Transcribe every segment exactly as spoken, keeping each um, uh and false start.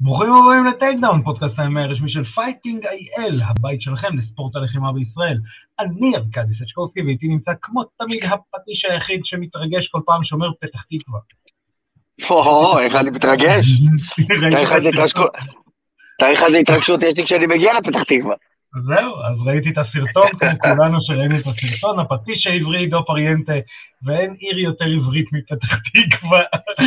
ברוכים הבאים לטייקדאון, פודקאסט הרשמי של פייטינג איי אל, הבית שלכם לספורט הלחימה בישראל. אני ארכדי סצ'קובסקי, ואיתי נמצא כמו תמיד הפטיש היחיד שמתרגש כל פעם שאומר פתח תקווה. או, איך אני מתרגש? תאריך איזה התרגשות יש לי כשאני מגיע לפתח תקווה. זהו, אז ראיתי את הסרטון, כמו כולנו שראינו את הסרטון, הפטיש העברי עידו פריאנטה, ואין עיר יותר עברית מפתח תקווה.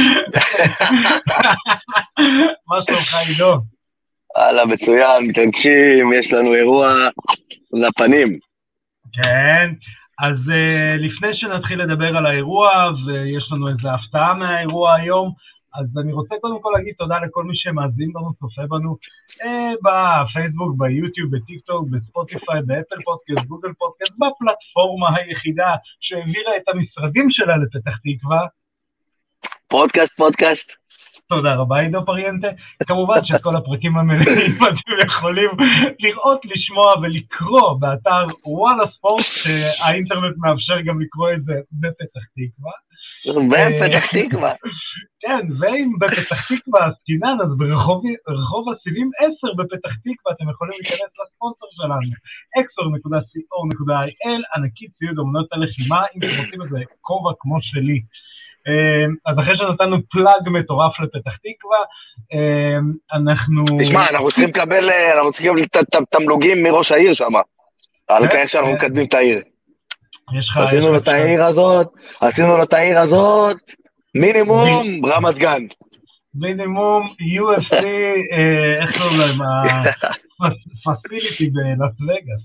מה שלומך עידו? הלאה, מצוין, מתרגשים, יש לנו אירוע לפנים. כן, אז uh, לפני שנתחיל לדבר על האירוע, ויש לנו איזו הפתעה מהאירוע היום, אז אני רוצה קודם כל להגיד תודה לכל מי שמאזין בנו, צופה בנו, אה, בפייסבוק, ביוטיוב, בטיקטוק, בספוטיפיי, באפל פודקאסט, גוגל פודקאסט, בפלטפורמה היחידה שהעבירה את המשרדים שלה לפתח תקווה. פודקאסט, פודקאסט. תודה רבה, עידו פריאנטה. כמובן שאת כל הפרקים המלאים אתם יכולים לראות, לשמוע ולקרוא באתר וואלה ספורט, שהאינטרנט מאפשר גם לקרוא את זה בפתח תקווה. בפתח תקווה. כן, ואם בפתח תקווה עסקינן, אז ברחוב הסיבים עשר בפתח תקווה אתם יכולים להיכנס לספונסר שלנו, אקסור נקודה סי או נקודה איי אל, ענקית ציוד אומנות הלחימה, אם אתם רוצים איזה כובע כמו שלי. אז אחרי שנתנו פלאג מטורף לפתח תקווה, אנחנו... תשמע, אנחנו צריכים לקבל, אנחנו צריכים לקבל תמלוגים מראש העיר שם, על כך שאנחנו מקדמים את העיר. עשינו לו את העיר הזאת, עשינו לו את העיר הזאת, מינימום רמת גן. מינימום יו אף סי, איך קוראים להם, הפסיליטי בלאס וגאס.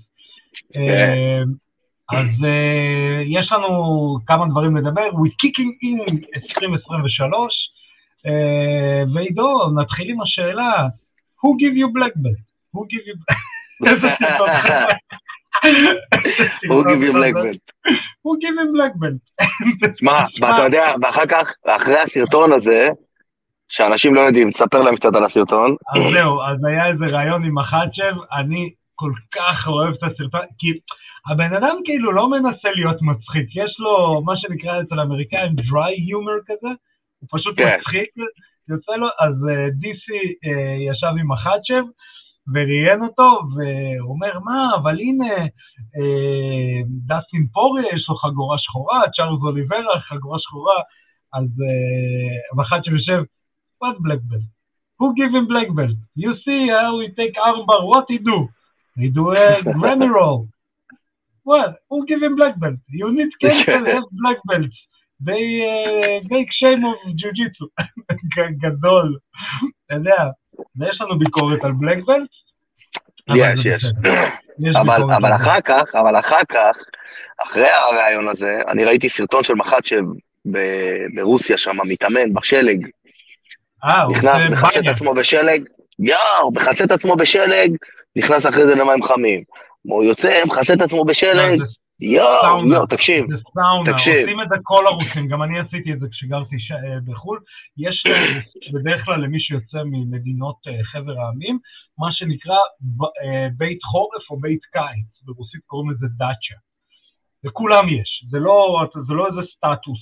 אז יש לנו כמה דברים לדבר, We Kicking In עשרים עשרים ושלוש, ועידו, נתחיל עם השאלה, Who give you black belt? Who give you black belt? איזה סרטון חבל? Who give you black belt? Who give him black belt? מה, ואתה יודע, ואחר כך, אחרי הסרטון הזה, שאנשים לא יודעים, תספר להם קצת על הסרטון. אז זהו, אז היה איזה רעיון עם מחצ'ב, אני כל כך אוהב את הסרטון, כי הבן אדם כאילו לא מנסה להיות מצחיק, יש לו מה שנקרא אצל האמריקאים dry humor כזה, הוא פשוט מצחיק, יוצא לו, אז די סי ישב עם מחצ'ב, וראיין אותו, והוא אומר, מה, אבל הנה, אה, דסטין פוריה, יש לו חגורה שחורה, צ'ארלס אוליברה, חגורה שחורה, אז אה, אחד שיושב, what black belt? Who give him black belt? You see how he take armbar, what he do? He do a granny roll. What? Who give him black belt? You need cancel have black belts. They uh, make shame of jiu-jitsu. גדול. אתה יודע, ויש לנו ביקורת על בלק בלט? יש, יש. אבל אחר כך, אבל אחר כך, אחרי הרעיון הזה, אני ראיתי סרטון של מחצ'ב ברוסיה שם, מתאמן בשלג. נכנס, מחצה את עצמו בשלג, יאו, מחצה את עצמו בשלג, נכנס אחרי זה למים חמים. הוא יוצא, מחצה את עצמו בשלג, יואו, יואו, תקשיב, תקשיב. עושים את זה כל הרוסים, גם אני עשיתי את זה כשגרתי בחול, יש בדרך כלל למי שיוצא ממדינות חבר העמים, מה שנקרא בית חורף או בית קיץ, ברוסית קוראים לזה דאצ'ה, וכולם יש, זה לא, זה לא איזה סטטוס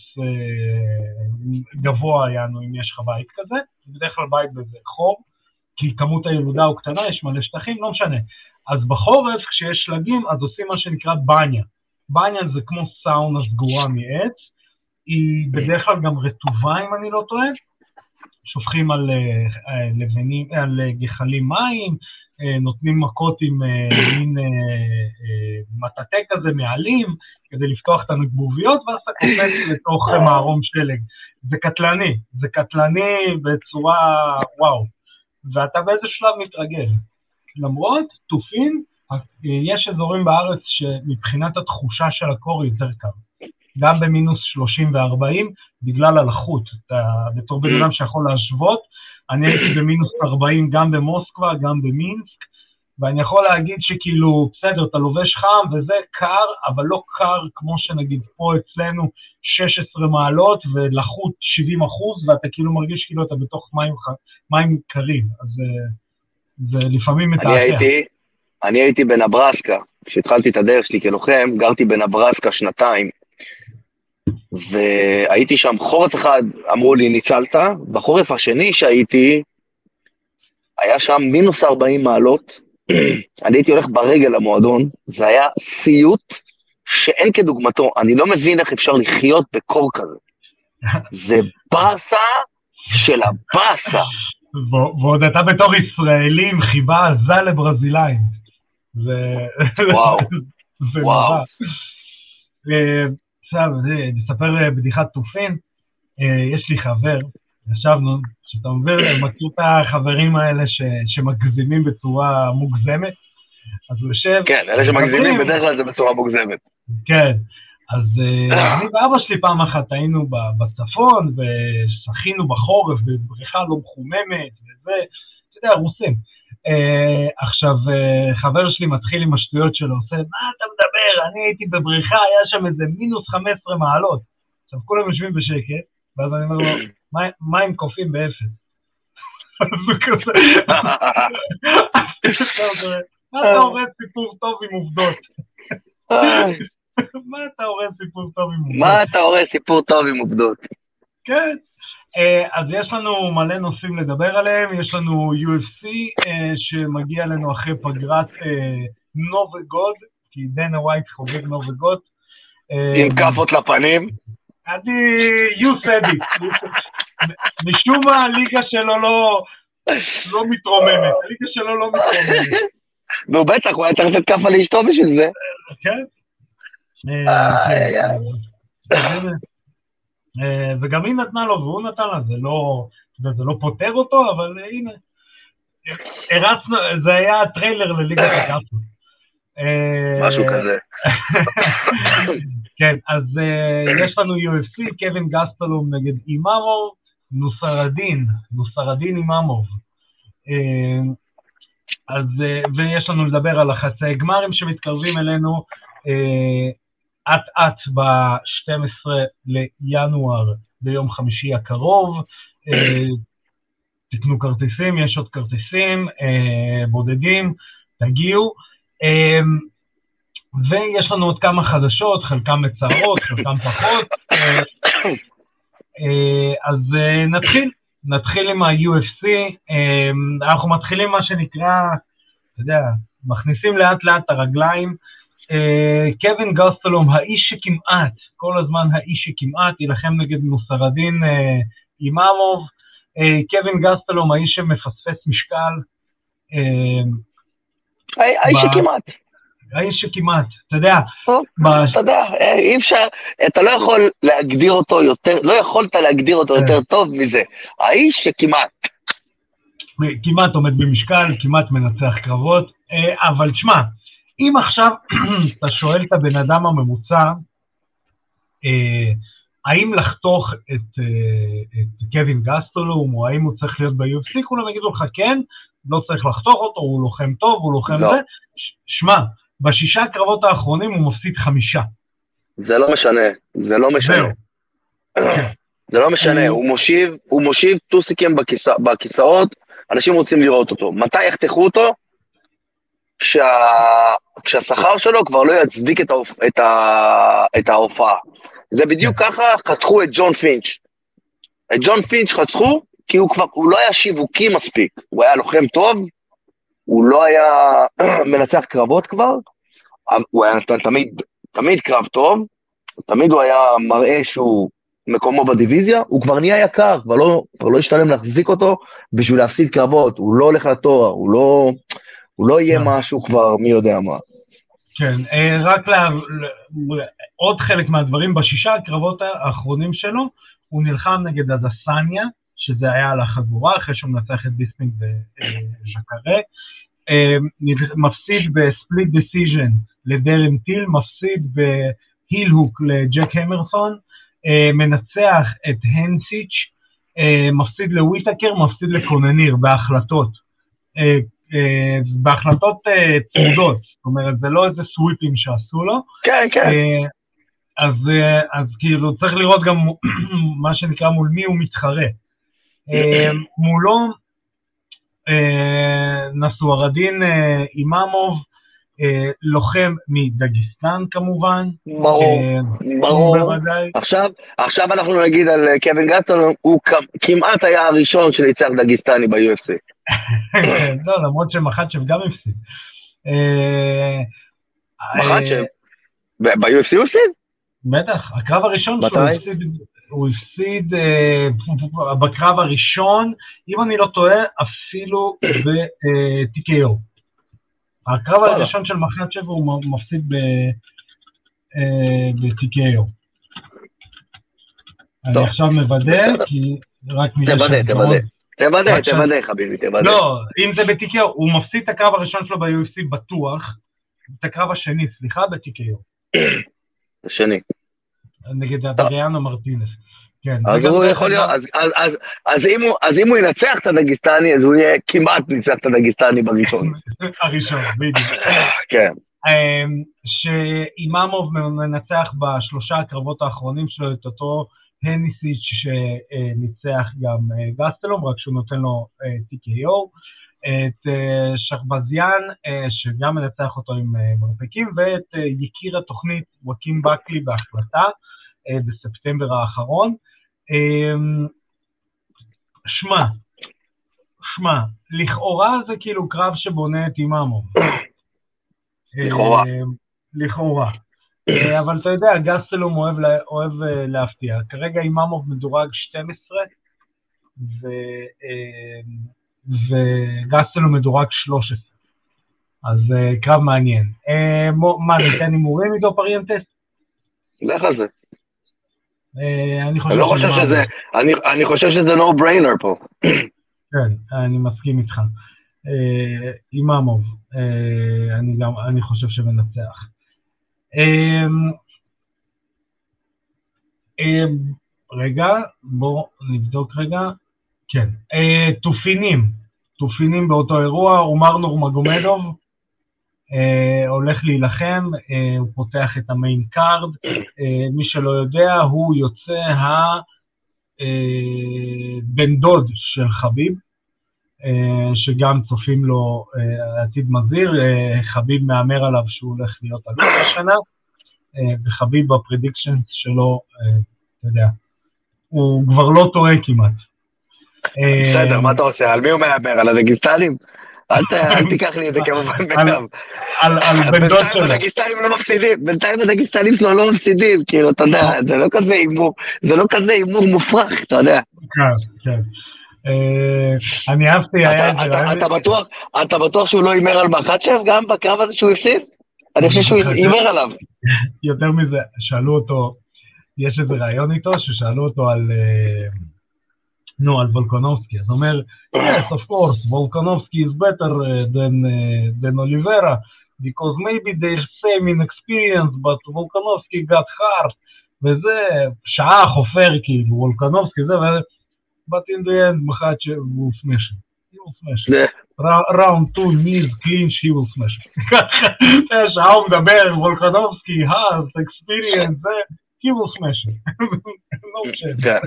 גבוה יענו אם יש לך בית כזה, זה בדרך כלל בית באיזה חור, כי כמות הילודה הוא קטנה, יש מלא שטחים, לא משנה, אז בחורף כשיש שלגים אז עושים מה שנקרא בניה, בניה זה כמו סאונה סגורה מעץ, היא בדרך כלל גם רטובה אם אני לא טועה, שופכים על, לבנים, על גחלים מים, נותנים מכות עם מין מטאטה כזה מעלים, כדי לפתוח את הנגבוביות, ואז אתה קופץ לתוך מערום שלג. זה קטלני, זה קטלני בצורה וואו, ואתה באיזה שלב מתרגל. למרות, תופין, יש אזורים בארץ שמבחינת התחושה של הקור יותר קר. גם במינוס שלושים וארבעים, בגלל הלחות. אתה, בתור בן אדם שיכול להשוות, אני הייתי במינוס ארבעים גם במוסקבה, גם במינסק, ואני יכול להגיד שכאילו, בסדר, אתה לובש חם וזה קר, אבל לא קר כמו שנגיד פה אצלנו שש עשרה מעלות ולחות שבעים אחוז, ואתה כאילו מרגיש כאילו אתה בתוך מים, מים קרים. אז זה לפעמים מתעתע. אני הייתי, אני הייתי בנברסקה, כשהתחלתי את הדרך שלי כלוחם, גרתי בנברסקה שנתיים, והייתי שם חורף אחד, אמרו לי ניצלת, בחורף השני שהייתי, היה שם מינוס ארבעים מעלות, אני הייתי הולך ברגל למועדון, זה היה סיוט שאין כדוגמתו, אני לא מבין איך אפשר לחיות בקור כזה. זה באסה של הבאסה. ועוד אתה בתור ישראלי עם חיבה עזה לברזילאים. וואו, וואו. עכשיו, נספר בדיחת תופין, יש לי חבר, ישבנו, שאתה מבין, מכיר את החברים האלה שמגזימים בצורה מוגזמת, אז הוא יושב... כן, אלה שמגזימים בדרך כלל זה בצורה מוגזמת. כן, אז אני ואבא שלי פעם אחת היינו בצפון, ושחינו בחורף, בבריכה לא מחוממת, וזה, אתה יודע, רוסים. עכשיו, חבר שלי מתחיל עם השטויות שלו, עושה, מה אתה מדבר? אני הייתי בבריכה, היה שם איזה מינוס חמש עשרה מעלות. עכשיו, כולם יושבים בשקט, ואז אני אומר לו, מה הם קופים באפס? אז הוא כזה, מה אתה הורס סיפור טוב עם עובדות? מה אתה הורס סיפור טוב עם עובדות? מה אתה הורס סיפור טוב עם עובדות? כן. אז יש לנו מלא נושאים לדבר עליהם, יש לנו יו אף סי שמגיע לנו אחרי פגרת נובגוד, כי דנה ווייט חוגג נובגוד. עם כפות לפנים? אני, you said it. משום מה הליגה שלו לא מתרוממת, הליגה שלו לא מתרוממת. נו בטח, הוא היה צריך לתת כפה לאשתו בשביל זה. כן. וגם היא נתנה לו והוא נתן לה, זה לא פותר אותו, אבל הנה, זה היה הטריילר לליגת הכפות. משהו כזה. כן, אז יש לנו יו אף סי, קווין גסטלום נגד אימאמוב, נוסרדין, נוסרדין אימאמוב. אז, ויש לנו לדבר על החצי גמרים שמתקרבים אלינו, עט עט ב-שנים עשר לינואר ביום חמישי הקרוב, תקנו כרטיסים, יש עוד כרטיסים, בודדים, תגיעו, ויש לנו עוד כמה חדשות, חלקם מצערות, חלקם פחות, אז נתחיל, נתחיל עם ה-יו אף סי, אנחנו מתחילים מה שנקרא, אתה יודע, מכניסים לאט לאט את הרגליים, קווין גסטלום, האיש שכמעט, כל הזמן האיש שכמעט, ילחם נגד נוסרדין אימאמוב, קווין גסטלום, האיש שמפספס משקל, האיש שכמעט. האיש שכמעט, אתה יודע. אתה יודע, אי אפשר, אתה לא יכול להגדיר אותו יותר, לא יכולת להגדיר אותו יותר טוב מזה. האיש שכמעט. כמעט עומד במשקל, כמעט מנצח קרבות, אבל תשמע, אם עכשיו אתה שואל את הבן אדם הממוצע, האם לחתוך את קווין גסטלום, או האם הוא צריך להיות ב-יו אף סי, כולם יגידו לך כן, לא צריך לחתוך אותו, הוא לוחם טוב, הוא לוחם זה. שמע, בשישה הקרבות האחרונים הוא מפסיד חמישה. זה לא משנה, זה לא משנה. זה לא משנה, הוא מושיב, הוא מושיב טוסיקים בכיסאות, אנשים רוצים לראות אותו. מתי יחתכו אותו? כשהשכר שלו כבר לא יצדיק את ההופעה. זה בדיוק ככה חתכו את ג'ון פינץ'. את ג'ון פינץ' חתכו, כי הוא כבר, הוא לא היה שיווקי מספיק. הוא היה לוחם טוב, הוא לא היה מנצח קרבות כבר, הוא היה נתן תמיד, תמיד קרב טוב, תמיד הוא היה מראה שהוא מקומו בדיוויזיה, הוא כבר נהיה יקר, כבר לא, כבר לא ישתלם להחזיק אותו בשביל להפסיד קרבות, הוא לא הולך לתואר, הוא לא, הוא לא יהיה משהו כבר, מי יודע מה. כן, רק לה, עוד חלק מהדברים, בשישה הקרבות האחרונים שלו, הוא נלחם נגד הדסניה, שזה היה על החגורה, אחרי שהוא מנצח את ביספינג וז'קרה, מפסיד בספליט דיסיז'ן לדרן טיל, מפסיד בהיל הוק לג'ק המרסון, מנצח את הנסיץ', מפסיד לוויטקר, מפסיד לקונניר בהחלטות, בהחלטות צמודות, זאת אומרת, זה לא איזה סוויפים שעשו לו. כן, כן. אז, אז כאילו צריך לראות גם מה שנקרא מול מי הוא מתחרה. מולו נסוארדין אימאמוב, לוחם מדגיסטן כמובן. ברור, ברור. עכשיו, עכשיו אנחנו נגיד על קווין גסטלום, הוא כמעט היה הראשון שניצח דגיסטני ב-יו אף סי. לא, למרות שמחצ'ב גם הפסיד. מחצ'ב? ב-יו אף סי הוא הפסיד? בטח, הקרב הראשון שהוא הפסיד, הוא הפסיד בקרב הראשון, אם אני לא טועה, אפילו ב-טי קיי או. הקרב הראשון של מחצ'ב הוא מפסיד ב-טי קיי או. אני עכשיו מבדל, כי רק נראה... תבדל, תבדל. תבדל, תבדל, חביבי, תבדל. לא, אם זה ב-טי קיי או, הוא מפסיד את הקרב הראשון שלו ב-יו אף סי בטוח, את הקרב השני, סליחה, ב-טי קיי או. השני. נגד אדריאנו מרטינס. אז הוא יכול להיות, אז אם הוא ינצח את הדגיסטני, אז הוא יהיה כמעט ניצח את הדגיסטני בראשון. הראשון, בדיוק. כן. שאימאמוב מנצח בשלושה הקרבות האחרונים שלו את אותו הניסיץ' שניצח גם גסטלום, רק שהוא נותן לו טי קיי או, את שחבזיאן שגם מנצח אותו עם מרפקים, ואת יקיר התוכנית וקים בקלי בהחלטה בספטמבר האחרון. שמה, שמה, לכאורה זה כאילו קרב שבונה את אימאמוב. לכאורה. לכאורה. אבל אתה יודע, גסטלום אוהב, אוהב להפתיע. כרגע אימאמוב מדורג שתים עשרה, ו, וגסטלום מדורג שלוש עשרה. אז קרב מעניין. מה, ניתן הימורים איתו פריאנטס? לך על זה. אני לא חושב שזה, אני חושב שזה no brainer פה. כן, אני מסכים איתך. אימאמוב, אני גם, אני חושב שמנצח. רגע, בוא נבדוק רגע. כן, תופינים, תופינים באותו אירוע, עומר נורמגומדוב, הולך להילחם, הוא פותח את המיין קארד, מי שלא יודע, הוא יוצא הבן דוד של חביב, שגם צופים לו עתיד מזהיר, חביב מאמר עליו שהוא הולך להיות אלוף השנה, וחביב בפרדיקשנס שלו, אתה יודע, הוא כבר לא טועה כמעט. בסדר, מה אתה עושה? על מי הוא מאמר? על הדגיסטנים? אל תיקח לי את זה כמובן בקו. על בן דוד שלו. הדגיסטנים לא מפסידים, בינתיים הדגיסטנים שלו לא מפסידים, כאילו, אתה יודע, זה לא כזה אימור, זה לא כזה אימור מופרך, אתה יודע. כן, כן. אני אהבתי, אתה בטוח שהוא לא אימר על מחצ'ב גם בקרב הזה שהוא הפסיד? אני חושב שהוא אימר עליו. יותר מזה, שאלו אותו, יש איזה רעיון איתו, ששאלו אותו על, נו, על וולקונובסקי, אז אומר, yes, of course, Volkanovski is better than, than Oliveira, because maybe they're same in experience, but Volkanovski got hard, וזה שעה חופר כאילו, וולקונובסקי זה, but in the end, מחצ'ב הוא smash it. He will smash it. round two, knees, clinch, he will smash it. שעה הוא מדבר, וולקונובסקי, has, experience, he will smash it. no shit.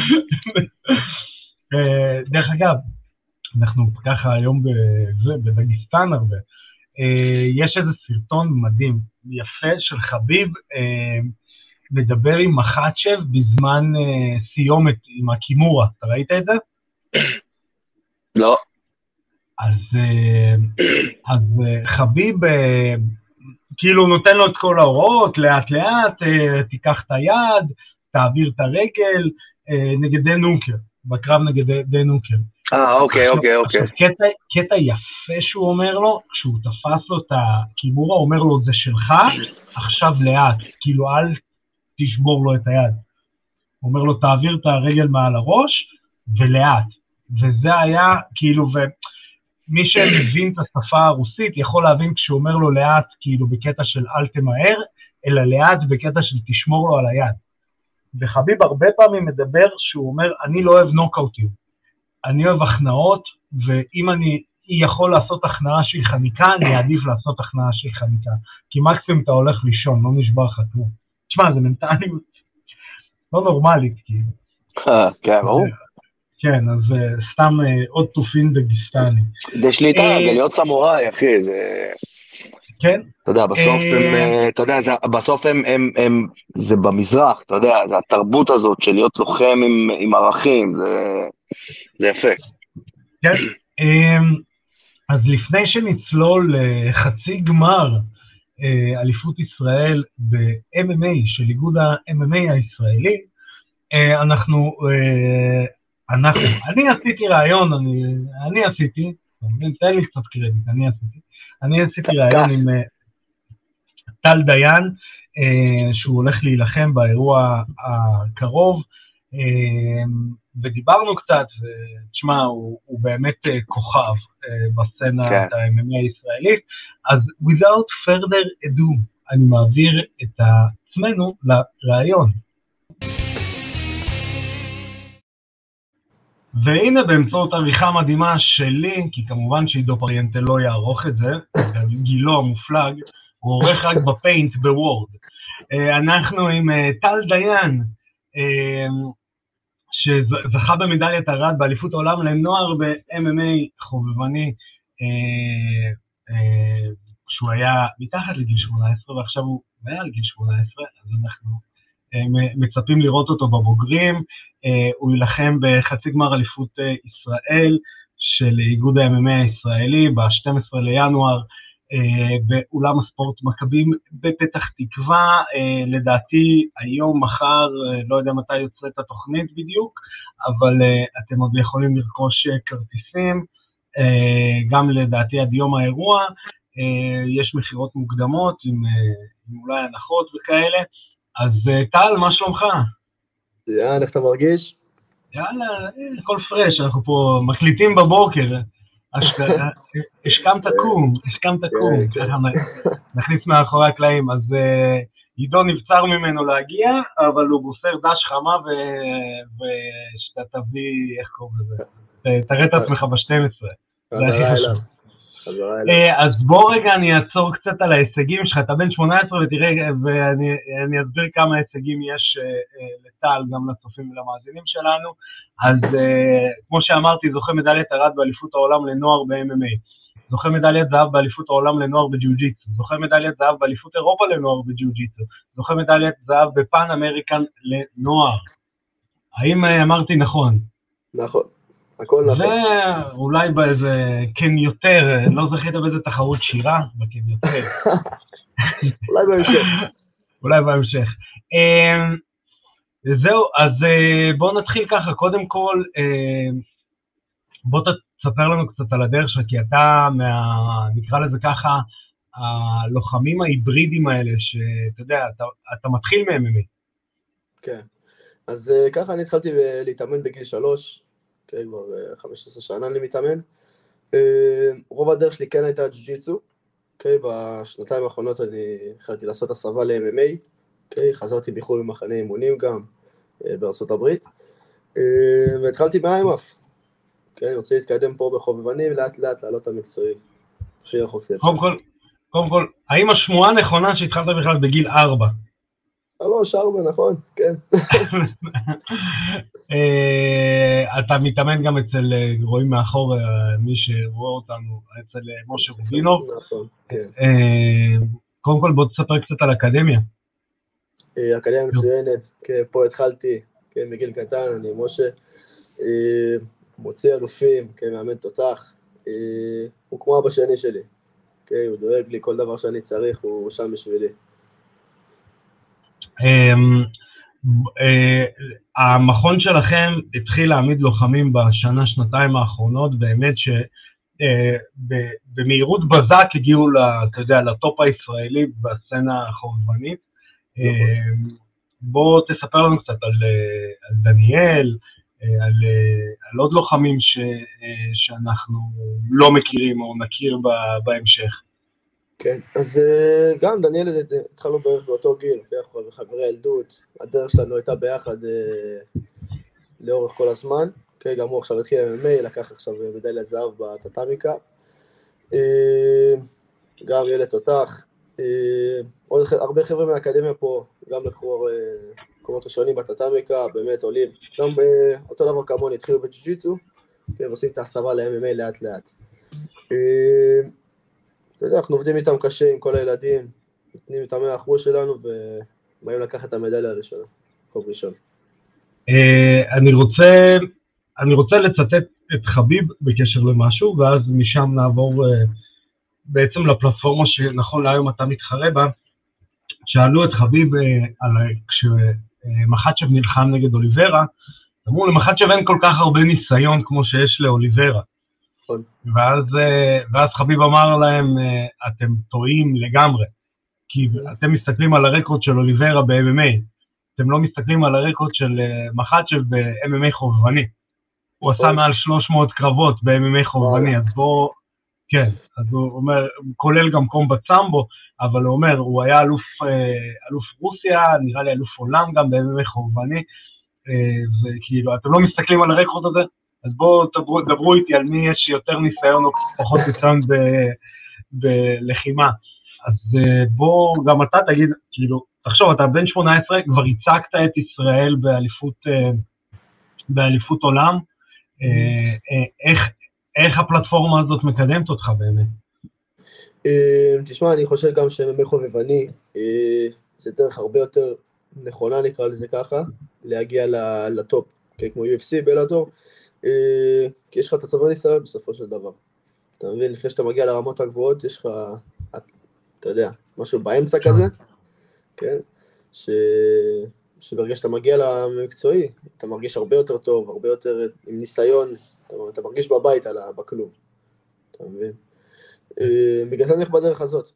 דרך אגב, אנחנו ככה היום בדגיסטן הרבה, יש איזה סרטון מדהים, יפה של חביב, מדבר עם מחצ'ב בזמן סיומת עם הקימורה, אתה ראית את זה? לא. אז, אז חביב כאילו נותן לו את כל ההוראות, לאט לאט, תיקח את היד, תעביר את הרגל, נגד דנוקר, בקרב נגד דנוקר. אה, אוקיי, אוקיי, אוקיי. קטע, קטע יפה שהוא אומר לו, כשהוא תפס לו את הקימורה, הוא אומר לו, זה שלך, עכשיו לאט, כאילו אל תשבור לו את היד. הוא אומר לו, תעביר את הרגל מעל הראש, ולאט. וזה היה, כאילו, ומי שמבין את השפה הרוסית, יכול להבין כשהוא אומר לו לאט, כאילו, בקטע של אל תמהר, אלא לאט בקטע של תשמור לו על היד. וחביב הרבה פעמים מדבר שהוא אומר, אני לא אוהב נוקאוטים, אני אוהב הכנעות, ואם אני יכול לעשות הכנעה שהיא חניקה, אני אעדיף לעשות הכנעה שהיא חניקה, כי מקסימום אתה הולך לישון, לא נשבר לך כלום. תשמע, זה מנטליות לא נורמלית, כאילו. כן, ברור. כן, אז סתם עוד תופין דגיסטני. זה שליטה, זה להיות סמוראי, אחי, זה... כן. אתה יודע, בסוף הם, אתה יודע, בסוף הם, הם, הם, זה במזרח, אתה יודע, זה התרבות הזאת של להיות לוחם עם, עם ערכים, זה, זה יפה. כן. אז לפני שנצלול לחצי גמר אליפות ישראל ב-אם אם איי של איגוד ה-אם אם איי הישראלי, אנחנו, אנחנו, אני עשיתי רעיון, אני, אני עשיתי, תן לי קצת קרדיט, אני עשיתי, אני עשיתי רעיון עם טל דיין, שהוא הולך להילחם באירוע הקרוב, ודיברנו קצת, ותשמע, הוא, הוא באמת כוכב בסצנה ה-אם אם איי הישראלית, אז without further ado, אני מעביר את עצמנו לרעיון. והנה באמצעות עריכה מדהימה שלי, כי כמובן שעידו פריאנטה לא יערוך את זה, גילו המופלג, הוא עורך רק בפיינט בוורד. אנחנו עם טל דיין, שזכה במדליית ארד באליפות העולם לנוער ב-אם אם איי חובבני, שהוא היה מתחת לגיל שמונה עשרה, ועכשיו הוא מעל גיל שמונה עשרה, אז אנחנו מצפים לראות אותו בבוגרים. הוא ילחם בחצי גמר אליפות ישראל של איגוד ה-אם אם איי הישראלי ב-שנים עשר לינואר באולם הספורט מכבים בפתח תקווה. לדעתי היום, מחר, לא יודע מתי יוצא את התוכנית בדיוק, אבל אתם עוד יכולים לרכוש כרטיסים, גם לדעתי עד יום האירוע. יש מחירות מוקדמות עם, עם אולי הנחות וכאלה. אז טל, מה שלומך? יאללה, איך אתה מרגיש? יאללה, הכל פרש, אנחנו פה מקליטים בבוקר, השכמת קום, השכמת קום, ככה נכניס מאחורי הקלעים. אז עידו נבצר ממנו להגיע, אבל הוא בוסר דש חמה, ושאתה תביא, איך קוראים לזה, תראה את עצמך ב-שתים עשרה, זה הכי חשוב. אז בוא רגע אני אעצור קצת על ההישגים שלך, אתה בן שמונה עשרה ותראה, ואני אסביר כמה הישגים יש לטל, גם לצופים ולמאזינים שלנו. אז כמו שאמרתי, זוכה מדליית ארד באליפות העולם לנוער ב-אם אם איי, זוכה מדליית זהב באליפות העולם לנוער בג'יו-ג'יטסו, זוכה מדליית זהב באליפות אירופה לנוער בג'יו-ג'יטסו, זוכה מדליית זהב בפן אמריקן לנוער. האם אמרתי נכון? נכון. הכל נכון. ואולי באיזה כן יותר, לא זכית באיזה תחרות שירה, בכן יותר. אולי בהמשך. אולי בהמשך. זהו, אז בואו נתחיל ככה, קודם כל, בואו תספר לנו קצת על הדרך שלך, כי אתה, נקרא לזה ככה, הלוחמים ההיברידים האלה, שאתה יודע, אתה, אתה מתחיל מ-אם אם איי. כן, אז ככה אני התחלתי להתאמן בגיל שלוש, כן, כבר חמש עשרה שנה אני מתאמן. רוב הדרך שלי כן הייתה ג'יו-ג'יטסו, כן, בשנתיים האחרונות אני החלטתי לעשות הסבה ל-אם אם איי, כן, חזרתי בחו"ל במחנה אימונים גם בארצות הברית, והתחלתי מה-איי-אם-אף, כן, אני רוצה להתקדם פה בחובבנים, לאט לאט לעלות את המקצועי, הכי רחוק זה אפשר. קודם כל, קודם כל, האם השמועה נכונה שהתחלת בכלל בגיל ארבע? שלוש, ארבע, נכון, כן. אתה מתאמן גם אצל, רואים מאחור, מי שרואה אותנו, אצל משה רובינוב. נכון, כן. קודם כל, בוא תספר קצת על האקדמיה. אקדמיה מצוינת, כן, פה התחלתי, כן, מגיל קטן, אני משה, מוציא אלופים, כן, מאמן תותח, הוא כמו אבא שני שלי, כן, הוא דואג לי, כל דבר שאני צריך, הוא שם בשבילי. המכון שלכם התחיל להעמיד לוחמים בשנה, שנתיים האחרונות, באמת שבמהירות בזק הגיעו, אתה יודע, לטופ הישראלי בסצנה החובבנית. בוא תספר לנו קצת על דניאל, על עוד לוחמים שאנחנו לא מכירים או נכיר בהמשך. כן, אז גם דניאל התחלנו בערך באותו גיל, חברי הילדות, הדרך שלנו הייתה ביחד לאורך כל הזמן, גם הוא עכשיו התחיל ב-אם אם איי, לקח עכשיו מדליית זהב בטאטאמיקה, גם ילד תותח, עוד הרבה חבר'ה מהאקדמיה פה, גם לקחו מקומות ראשונים בטאטאמיקה, באמת עולים, גם אותו דבר כמוני, התחילו בג'יו-ג'יטסו, ועושים את ההסבה ל-אם אם איי לאט לאט. אתה יודע, אנחנו עובדים איתם קשה עם כל הילדים, נותנים את המאה אחוז שלנו, ובאים לקחת את המדליה הראשונה, קוב ראשון. אני רוצה, אני רוצה לצטט את חביב בקשר למשהו, ואז משם נעבור בעצם לפלטפורמה שנכון להיום אתה מתחרה בה. שאלו את חביב על כשמחצ'ב נלחם נגד אוליברה, אמרו למחצ'ב אין כל כך הרבה ניסיון כמו שיש לאוליברה. ואז, ואז חביב אמר להם, אתם טועים לגמרי, כי אתם מסתכלים על הרקורד של אוליברה ב-אם אם איי, אתם לא מסתכלים על הרקורד של מחצ'ב ב-אם אם איי חובבני. הוא עשה מעל שלוש מאות קרבות ב-אם אם איי חובבני, אז בוא, כן, אז הוא אומר, כולל גם קומבט סמבו, אבל הוא אומר, הוא היה אלוף, אלוף רוסיה, נראה לי אלוף עולם גם ב-אם אם איי חובבני, וכאילו, אתם לא מסתכלים על הרקורד הזה, אז בואו דברו, דברו איתי על מי יש יותר ניסיון או פחות ניסיון בלחימה. אז בואו, גם אתה תגיד, כאילו, תחשוב, אתה בן שמונה עשרה, כבר הצגת את ישראל באליפות, באליפות עולם, איך, איך הפלטפורמה הזאת מקדמת אותך באמת? תשמע, אני חושב גם שהם חובבני, זה דרך הרבה יותר נכונה, נקרא לזה ככה, להגיע לטופ, כמו יו אף סי בלאטור, כי יש לך את הצובר ניסיון בסופו של דבר. אתה מבין, לפני שאתה מגיע לרמות הגבוהות, יש לך, אתה יודע, משהו באמצע כזה, כן? ש... שברגע שאתה מגיע למקצועי, אתה מרגיש הרבה יותר טוב, הרבה יותר עם ניסיון, אתה, אתה מרגיש בבית על בכלוב, אתה מבין? בגלל זה אני הולך בדרך הזאת.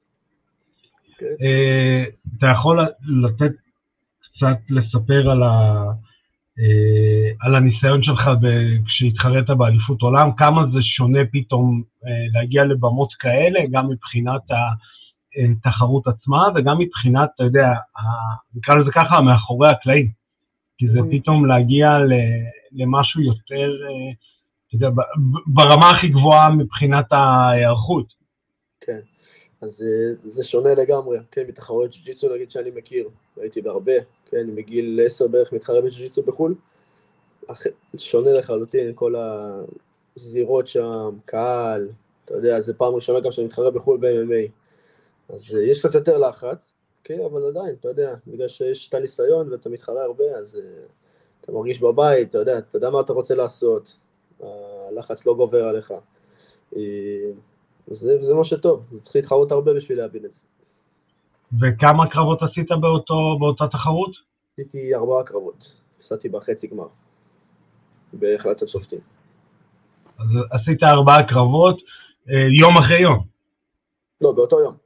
אתה יכול לתת קצת לספר על ה... על הניסיון שלך כשהתחרית באליפות עולם, כמה זה שונה פתאום להגיע לבמות כאלה, גם מבחינת התחרות עצמה, וגם מבחינת, אתה יודע, נקרא לזה ככה, מאחורי הקלעים, כי זה פתאום להגיע למשהו יותר, אתה יודע, ברמה הכי גבוהה מבחינת ההיערכות. כן, אז זה שונה לגמרי, כן, מתחרויות ג'ו-ג'יטסו נגיד שאני מכיר, הייתי בהרבה, כן, מגיל עשר בערך מתחרה בג'ו-ג'יטסו בחול, שונה לחלוטין, כל הזירות שם, קהל, אתה יודע, זה פעם ראשונה גם שאני מתחרה בחול ב-אם אם איי, אז יש קצת יותר לחץ, כן, אבל עדיין, אתה יודע, בגלל שיש את הניסיון ואתה מתחרה הרבה, אז אתה מרגיש בבית, אתה יודע, אתה יודע מה אתה רוצה לעשות, הלחץ לא גובר עליך, זה, זה מה שטוב, צריך להתחרות הרבה בשביל להבין את זה. וכמה קרבות עשית באותו, באותה תחרות? עשיתי ארבעה קרבות, עשיתי בחצי גמר, בהחלטת שופטים. אז עשית ארבעה קרבות, יום אחרי יום? לא, באותו יום.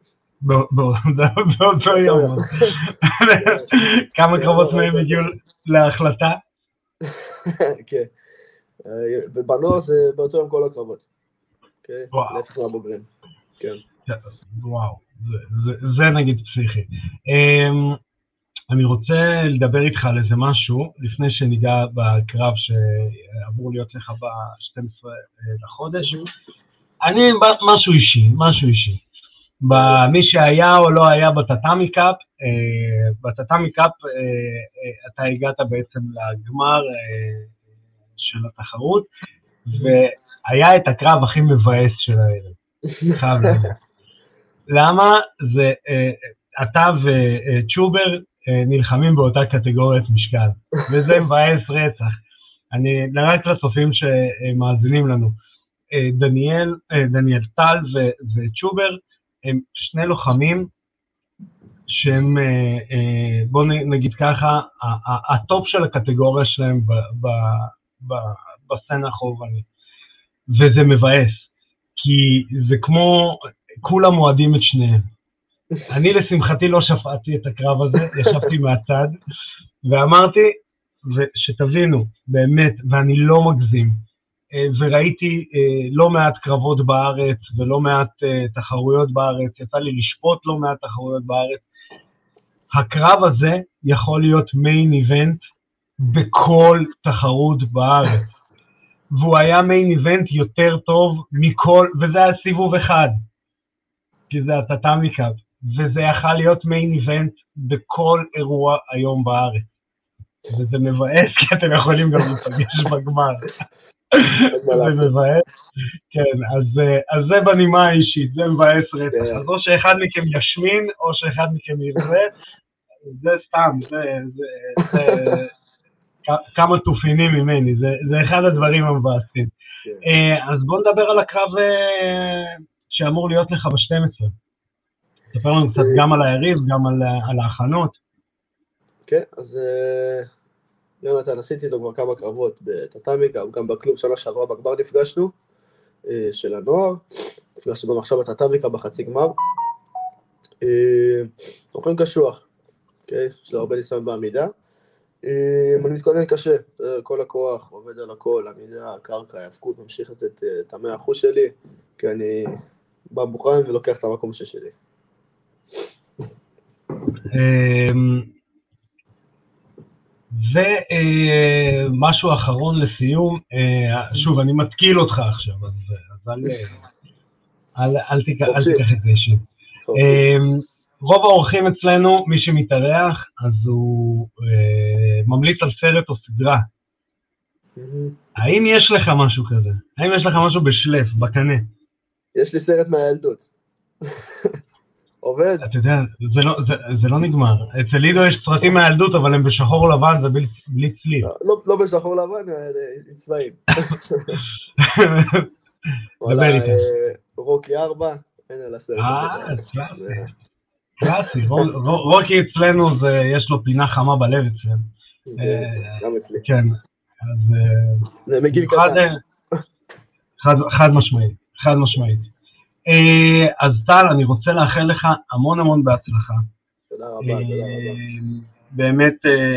באותו יום. כמה קרבות מהם הגיעו להחלטה? כן, ובנוער זה באותו יום כל הקרבות. להפך מהבוגרים. וואו, זה נגיד פסיכי. אני רוצה לדבר איתך על איזה משהו, לפני שניגע בקרב שאמור להיות לך ב-שנים עשר לחודש. אני, משהו אישי, משהו אישי. מי שהיה או לא היה בטאטאמי קאפ, בטאטאמי קאפ אתה הגעת בעצם לגמר של התחרות, והיה את הקרב הכי מבאס של הערב. חייב להגיד. למה? זה, אתה וצ'ובר נלחמים באותה קטגוריית משקל, וזה מבאס רצח. אני, רק לצופים שמאזינים לנו, דניאל, דניאל טל וצ'ובר, הם שני לוחמים שהם, בואו נגיד ככה, הטופ של הקטגוריה שלהם בסצנה החובבנית, וזה מבאס, כי זה כמו, כולם מועדים את שניהם. אני לשמחתי לא שפעתי את הקרב הזה, ישבתי מהצד, ואמרתי, שתבינו, באמת, ואני לא מגזים, וראיתי לא מעט קרבות בארץ, ולא מעט תחרויות בארץ, יצא לי לשפוט לא מעט תחרויות בארץ, הקרב הזה יכול להיות מיין איבנט בכל תחרות בארץ, והוא היה מיין איבנט יותר טוב מכל, וזה היה סיבוב אחד, כי זה הטאטאמי קאפ, וזה יכול להיות מיין איבנט בכל אירוע היום בארץ. וזה מבאס, כי אתם יכולים גם להיפגש בגמר. זה מבאס, כן, אז זה בנימה האישית, זה מבאס רצח, אז או שאחד מכם ישמין, או שאחד מכם ירווה, זה סתם, זה כמה תופינים ממני, זה אחד הדברים המבאסים. אז בוא נדבר על הקרב שאמור להיות לך ב-שתים עשרה. תספר לנו קצת גם על היריב, גם על ההכנות. כן, אז יונתן, עשיתי לו כבר כמה קרבות בטאטאמי, גם בקלוב שנה שעברה בגמר נפגשנו, של הנוער, נפגשנו גם עכשיו בטאטאמיקה בחצי גמר. אוכלים קשוח, יש לו הרבה ניסיון בעמידה. אני מתכונן קשה, כל הכוח, עובד על הכל, עמידה, קרקע, ההאבקות, ממשיך לתת את המאה אחוז שלי, כי אני בא מוכן ולוקח את המקום שלי. ומשהו אחרון לסיום, שוב, אני מתקיל אותך עכשיו, אז אל תיקח את זה אישית. רוב האורחים אצלנו, מי שמתארח, אז הוא ממליץ על סרט או סדרה. האם יש לך משהו כזה? האם יש לך משהו בשלף, בקנה? יש לי סרט מהילדות. עובד. אתה יודע, זה לא, זה, זה לא נגמר. אצל לידו יש סרטים מהילדות, אבל הם בשחור לבן, זה בלי, בלי צליל. לא, לא, לא בשחור לבן, עם צבעים. דבר איתה. רוקי ארבע, אין על הסרט הזה. אה, קלאסי. רוקי אצלנו, יש לו פינה חמה בלב אצלנו. גם אצלי. כן. אז... זה מגיל קטן. חד משמעית, חד משמעית. אז טל, אני רוצה לאחל לך המון המון בהצלחה. תודה רבה, תודה רבה. באמת,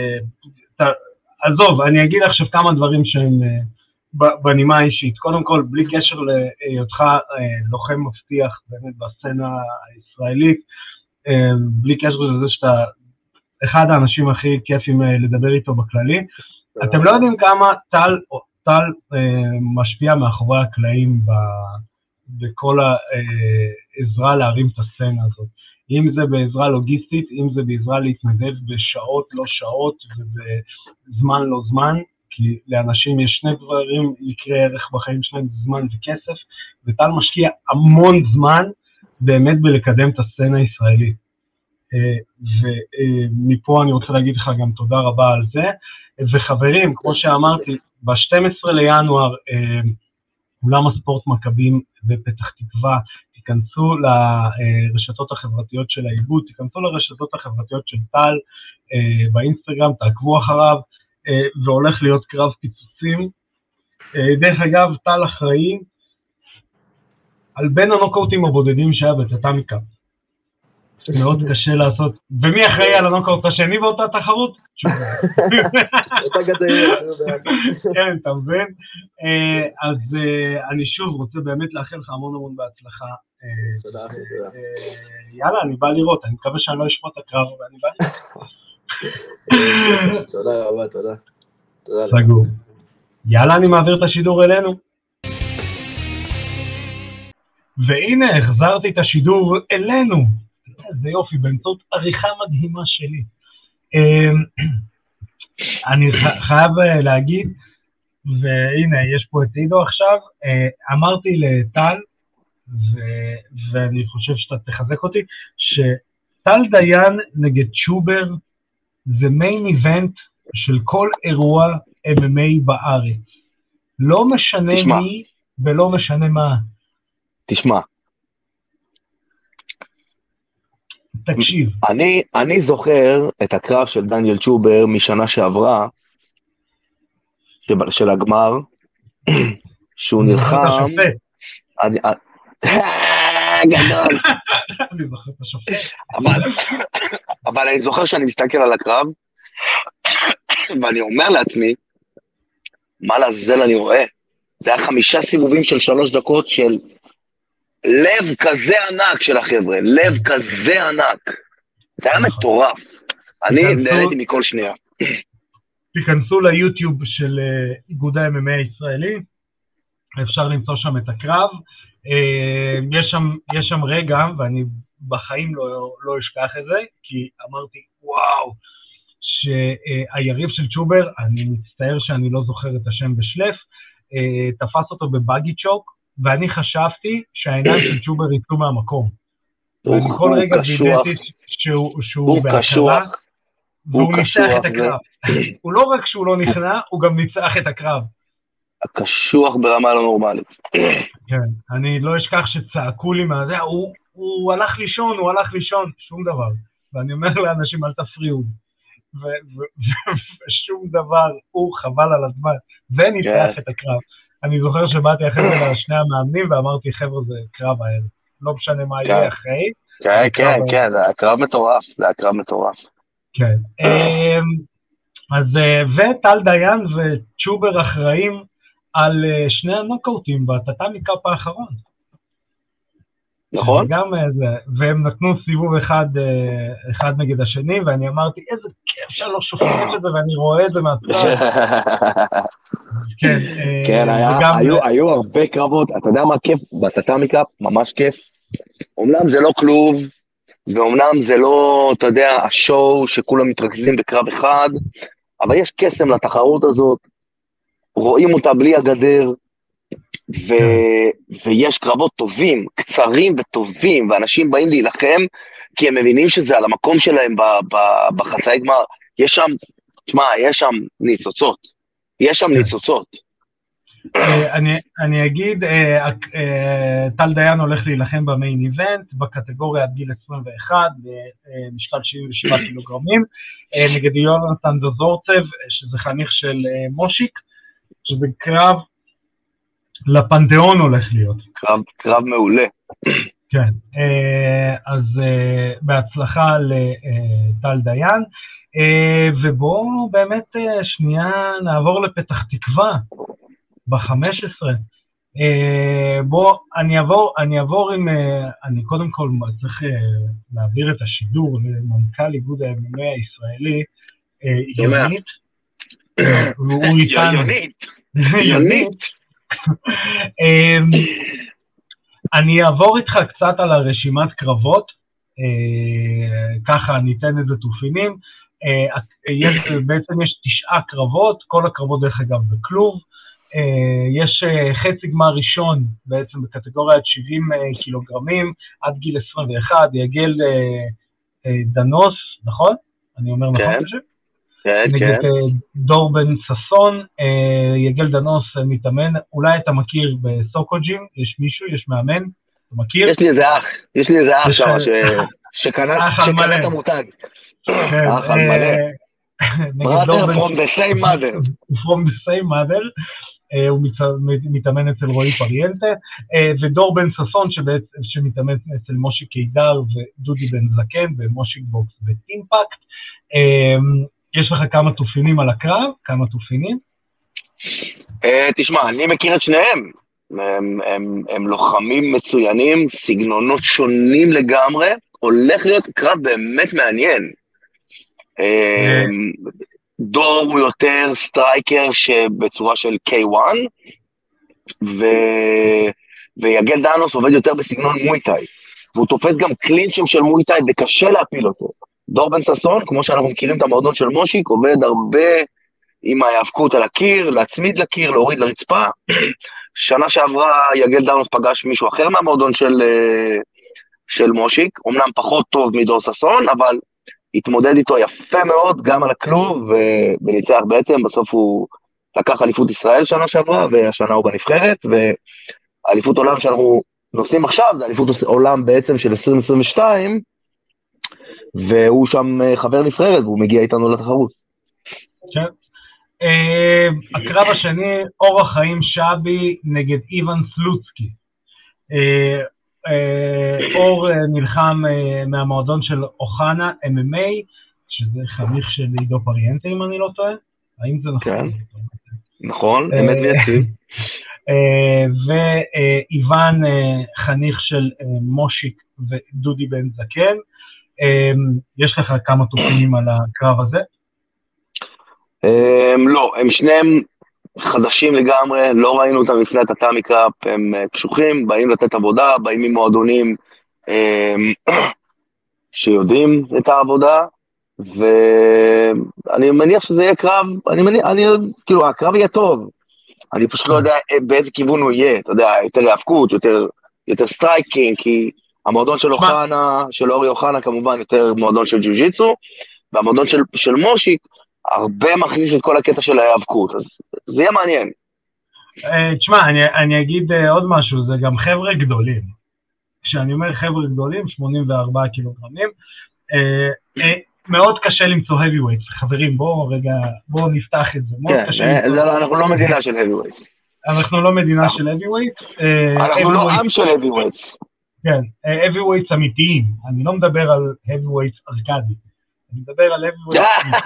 עזוב, אני אגיד עכשיו כמה דברים שהם בנימה האישית. קודם כל, בלי קשר להיותך לוחם מבטיח באמת בסצנה הישראלית, בלי קשר לזה שאתה אחד האנשים הכי כיפים לדבר איתו בכללי. אתם לא יודעים כמה טל, טל משפיע מאחורי הקלעים ב... בכל העזרה להרים את הסצנה הזאת. אם זה בעזרה לוגיסטית, אם זה בעזרה להתנדב בשעות לא שעות ובזמן לא זמן, כי לאנשים יש שני דברים יקרה ערך בחיים שלהם, זמן וכסף, וטל משקיע המון זמן באמת בלקדם את הסצנה הישראלית. ומפה אני רוצה להגיד לך גם תודה רבה על זה, וחברים, כמו שאמרתי, ב-שנים עשר לינואר, אולם הספורט מכבים בפתח תקווה, תיכנסו לרשתות החברתיות של האיגוד, תיכנסו לרשתות החברתיות של טל באינסטגרם, תעקבו אחריו, והולך להיות קרב פיצוצים. דרך אגב, טל אחראי על בין הנוקאוטים הבודדים שהיה בטאטאמיקה. מאוד קשה לעשות, ומי אחראי על הנוקאוט השני באותה תחרות? אותה גדול. כן, אתה מבין? אז אני שוב רוצה באמת לאחל לך המון המון בהצלחה. תודה, תודה. יאללה, אני בא לראות, אני מקווה שאני לא אשמע את הקרב, ואני בא לראות. תודה רבה, תודה. סגור. יאללה, אני מעביר את השידור אלינו. והנה, החזרתי את השידור אלינו. זה יופי, באמצעות עריכה מדהימה שלי. אני חייב להגיד, והנה, יש פה את עידו עכשיו, אמרתי לטל, ואני חושב שאתה תחזק אותי, שטל דיין נגד צ'ובר, זה מיין איבנט של כל אירוע אם אם איי בארץ. לא משנה תשמע. מי, ולא משנה מה. תשמע. תקשיב. אני, אני זוכר את הקרב של דניאל צ'ובר משנה שעברה, של, של הגמר, שהוא נלחם... אני, גדול. אני זוכר את השופט. אבל, אבל אני זוכר שאני מסתכל על הקרב, ואני אומר לעצמי, מה לעזל אני רואה? זה היה חמישה סיבובים של שלוש דקות של... לב כזה ענק של החבר'ה, לב כזה ענק. זה היה מטורף. אני נהניתי מכל שנייה. תיכנסו ליוטיוב של איגוד ה-אם אם איי הישראלי, אפשר למצוא שם את הקרב. יש שם, יש שם רגע, ואני בחיים לא, לא אשכח את זה, כי אמרתי, וואו, שהיריב של צ'ובר, אני מצטער שאני לא זוכר את השם בשלף, תפס אותו בבאגי צ'וק, ואני חשבתי שהעיניים של צ'ובר יצאו מהמקום. ואני כל רגע וידאתי שהוא בהקרה, והוא ניצח את הקרב. הוא לא רק שהוא לא נכנע, הוא גם ניצח את הקרב. הקשוח ברמה לא נורמלית. כן, אני לא אשכח שצעקו לי מה זה, הוא הלך לישון, הוא הלך לישון, שום דבר. ואני אומר לאנשים, אל תפריעו. ושום דבר, הוא חבל על הזמן. זה ניצח את הקרב. אני זוכר שבאתי אחרי זה לשני המאמנים, ואמרתי, חבר'ה, זה קרב האלה. לא משנה מה יהיה אחרי. כן, כן, כן, זה הקרב מטורף, זה הקרב מטורף. כן. אז, וטל דיין וצ'ובר אחראים על שני הנוקאוטים בטאטאמי קאפ האחרון. נכון. גם זה, והם נתנו סיבוב אחד, אחד נגד השני, ואני אמרתי, איזה כיף שלא שופטים את זה, ואני רואה את זה מהצד. כן, כן, היה, היו, היו הרבה קרבות, אתה יודע מה כיף בטאטאמי קאפ? ממש כיף. אומנם זה לא כלוב, ואומנם זה לא, אתה יודע, השואו שכולם מתרכזים בקרב אחד, אבל יש קסם לתחרות הזאת, רואים אותה בלי הגדר, ו... ויש קרבות טובים, קצרים וטובים, ואנשים באים להילחם, כי הם מבינים שזה על המקום שלהם ב... ב... בחצאי גמר. יש שם, תשמע, יש שם ניצוצות, יש שם ניצוצות. אני, אני אגיד, טל דיין הולך להילחם במיין איבנט, בקטגוריה עד גיל עשרים ואחת, במשקל שבעים ושבעה קילוגרמים, נגד יונתן דוזורצב, שזה חניך של מושיק, שזה קרב לפנתיאון הולך להיות. קרב, קרב מעולה. כן, אז בהצלחה לטל דיין, ובואו באמת שנייה נעבור לפתח תקווה, ב-חמש עשרה. בוא, אני אעבור, אני אעבור עם, אני קודם כל צריך להעביר את השידור למנכ"ל איגוד ה-אם אם איי הישראלי, יונית. יונית. יונית. אני אעבור איתך קצת על הרשימת קרבות, ככה ניתן איזה תופינים. בעצם יש תשעה קרבות, כל הקרבות דרך אגב בכלוב, יש חצי גמר ראשון בעצם בקטגוריית שבעים קילוגרמים, עד גיל עשרים ואחת, יגל דנוס, נכון? אני אומר נכון את זה? כן, כן. נגד דור בן ססון, יגל דנוס מתאמן, אולי אתה מכיר בסוקוג'ים, יש מישהו, יש מאמן, אתה מכיר? יש לי איזה אח, יש לי איזה אח שם שקנה את המותג. אח על מלא. brother from the same mother. from the same mother. הוא מתאמן אצל רועי פריאנטה, ודור בן ססון שמתאמן אצל מושיק קידר ודודי בן זקן ומושיק בוקס בטימפקט. יש לך כמה תופינים על הקרב? כמה תופינים? תשמע, אני מכיר את שניהם. הם לוחמים מצוינים, סגנונות שונים לגמרי, הולך להיות קרב באמת מעניין. דור הוא יותר סטרייקר שבצורה של קיי וואן, ו... ויגל דנוס עובד יותר בסגנון מויטאי, והוא תופס גם קלינצ'ים של מויטאי וקשה להפיל אותו. דור בן ססון, כמו שאנחנו מכירים את המועדון של מושיק, עובד הרבה עם ההיאבקות על הקיר, להצמיד לקיר, להוריד לרצפה. שנה שעברה יגל דנוס פגש מישהו אחר מהמועדון של, של מושיק, אמנם פחות טוב מדור ססון, אבל התמודד איתו יפה מאוד, גם על הכלוב, וניצח בעצם, בסוף הוא לקח אליפות ישראל שנה שעברה, והשנה הוא בנבחרת, ואליפות עולם שאנחנו נוסעים עכשיו, זה אליפות עולם בעצם של עשרים עשרים ושתיים, והוא שם חבר נבחרת, והוא מגיע איתנו לתחרות. כן. הקרב השני, אורח חיים שבי נגד איוון סלוצקי. אור נלחם מהמועדון של אוחנה אם אם איי, שזה חניך של עידו פריאנטה, אם אני לא טועה. האם זה נכון? כן, נכון, אמת ויציב. ואיוון חניך של מושיק ודודי בן זקן. יש לך כמה תופינים על הקרב הזה? לא, הם שניהם חדשים לגמרי, לא ראינו אותם לפני הטאטאמי קאפ, הם קשוחים, באים לתת עבודה, באים עם מועדונים שיודעים את העבודה, ואני מניח שזה יהיה קרב, אני מניח, אני, כאילו, הקרב יהיה טוב, אני פשוט לא יודע באיזה כיוון הוא יהיה, אתה יודע, יותר היאבקות, יותר, יותר סטרייקינג, כי המועדון של אוחנה, של אורי אוחנה כמובן יותר מועדון של ג'ו-ג'יצו, והמועדון של, של מושיק, הרבה מכניס את כל הקטע של ההיאבקות, אז זה יהיה מעניין. תשמע, אני, אני אגיד עוד משהו, זה גם חבר'ה גדולים. כשאני אומר חבר'ה גדולים, שמונים וארבעה קילוגרמים, אה, אה, מאוד קשה למצוא heavyweights. חברים, בואו רגע, בואו נפתח את זה. כן, זה, אנחנו לא מדינה של heavyweights. אנחנו לא מדינה של heavyweights. אנחנו לא עם של heavyweights. כן, heavyweights אמיתיים. אני לא מדבר על heavyweights ארקדי. אני מדבר על heavyweights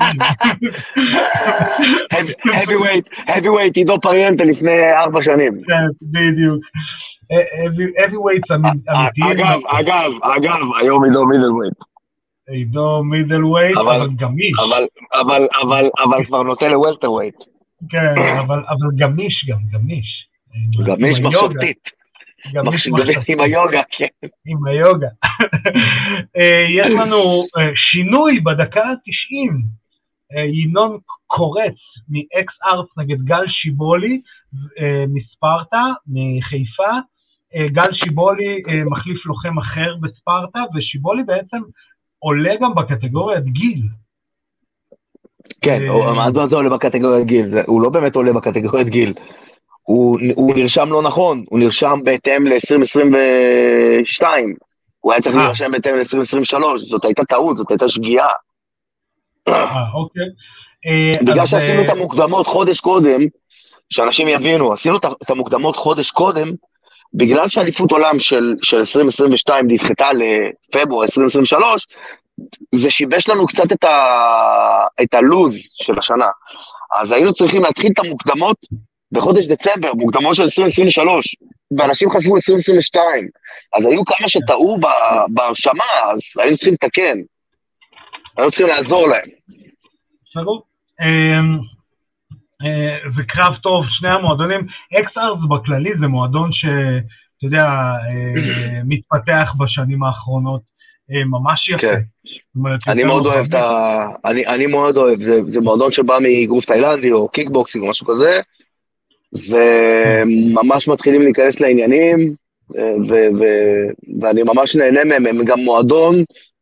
אמיתיים. heavyweight, heavyweight עידו פריאנטה לפני ארבע שנים. כן, בדיוק. heavyweights אמיתיים. אגב, אגב, אגב, היום עידו middleweight. עידו מידלווייט, אבל גמיש. אבל, אבל, אבל, אבל כבר נוטה לוולטרווייט. כן, אבל, אבל גמיש גם, גמיש. גמיש מחשבתית. גמיש מחשבתית עם היוגה, כן. עם היוגה. יש לנו שינוי בדקה ה-תשעים. ינון קורץ מאקס ארץ נגד גל שיבולי, מספרטה, מחיפה. גל שיבולי מחליף לוחם אחר בספרטה, ושיבולי בעצם עולה גם בקטגוריית גיל. כן, מה זה עולה בקטגוריית גיל? הוא לא באמת עולה בקטגוריית גיל. הוא נרשם לא נכון, הוא נרשם בהתאם ל-עשרים עשרים ושתיים. הוא היה צריך להירשם בהתאם ל-עשרים עשרים ושלוש, זאת הייתה טעות, זאת הייתה שגיאה. אה, אוקיי. בגלל שעשינו את המוקדמות חודש קודם, שאנשים יבינו, עשינו את המוקדמות חודש קודם, בגלל שהאליפות עולם של, של עשרים עשרים ושתיים נדחתה לפברואר עשרים עשרים ושלוש, זה שיבש לנו קצת את, ה, את הלוז של השנה. אז היינו צריכים להתחיל את המוקדמות בחודש דצמבר, מוקדמות של עשרים עשרים ושלוש, ואנשים חשבו עשרים עשרים ושתיים. אז היו כמה שטעו בהרשמה, אז היינו צריכים לתקן. היינו צריכים לעזור להם. סגור. זה קרב טוב, שני המועדונים. אקס ארץ בכללי זה מועדון שאתה יודע, מתפתח בשנים האחרונות ממש יפה. אני מאוד אוהב את ה... אני מאוד אוהב, זה מועדון שבא מאגרוף תאילנדי או קיקבוקסינג או משהו כזה, וממש מתחילים להיכנס לעניינים, ואני ממש נהנה מהם, הם גם מועדון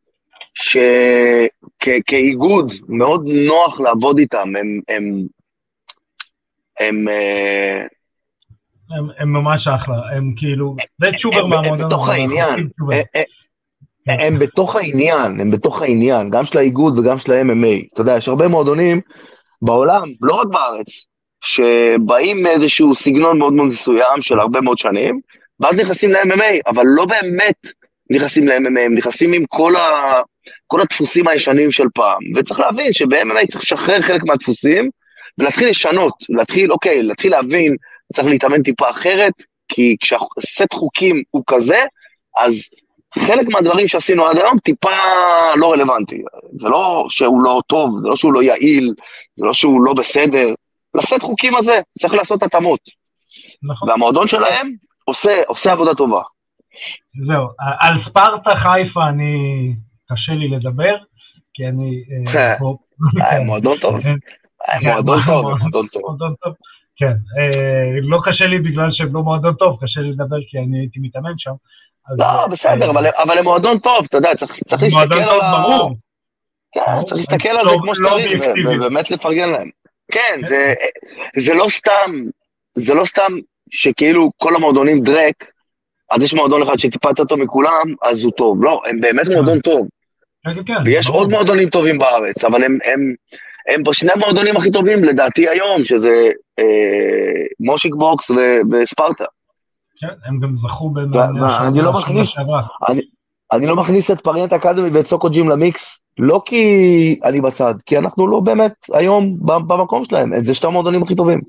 שכאיגוד מאוד נוח לעבוד איתם, הם... הם, הם, הם ממש אחלה, הם כאילו, זה צ'ובר מהמועדון. הם בתוך העניין, הם בתוך העניין, הם בתוך העניין, גם של האיגוד וגם של ה-אם אם איי. אתה יודע, יש הרבה מועדונים בעולם, לא רק בארץ, שבאים מאיזשהו סגנון מאוד מאוד מסוים של הרבה מאוד שנים, ואז נכנסים ל-אם אם איי, אבל לא באמת נכנסים ל-אם אם איי, הם נכנסים עם כל, ה, כל הדפוסים הישנים של פעם, וצריך להבין שב-אם אם איי צריך לשחרר חלק מהדפוסים, ולהתחיל לשנות, להתחיל, אוקיי, להתחיל להבין, צריך להתאמן טיפה אחרת, כי כשהסט חוקים הוא כזה, אז חלק מהדברים שעשינו עד היום טיפה לא רלוונטי. זה לא שהוא לא טוב, זה לא שהוא לא יעיל, זה לא שהוא לא בסדר. לסט חוקים הזה, צריך לעשות התאמות. נכון. והמועדון שלהם עושה, עושה עבודה טובה. זהו, על ספרטה חיפה אני, קשה לי לדבר, כי אני... מועדון טוב. מועדון טוב, מועדון טוב. כן, לא קשה לי בגלל שהם לא מועדון טוב, קשה לי לדבר כי אני הייתי מתאמן שם. לא, בסדר, אבל הם מועדון טוב, אתה יודע, צריך להסתכל על ה... ברור. כן, צריך להסתכל על זה כמו שצריך, ובאמת לפרגן להם. כן, זה לא סתם, זה לא סתם שכאילו כל המועדונים דרק, אז יש מועדון אחד שטיפה יותר טוב מכולם, אז הוא טוב. לא, הם באמת מועדון טוב. ויש עוד מועדונים טובים בארץ, אבל הם... הם בשני המועדונים הכי טובים לדעתי היום, שזה אה, מושיק בוקס וספרטה. כן, הם גם זכו בין... אני לא מכניס, אני, אני לא מכניס את פריאנט אקדמי ואת סוקו ג'ים למיקס, לא כי אני בצד, כי אנחנו לא באמת היום במקום שלהם, זה שתי המועדונים הכי טובים.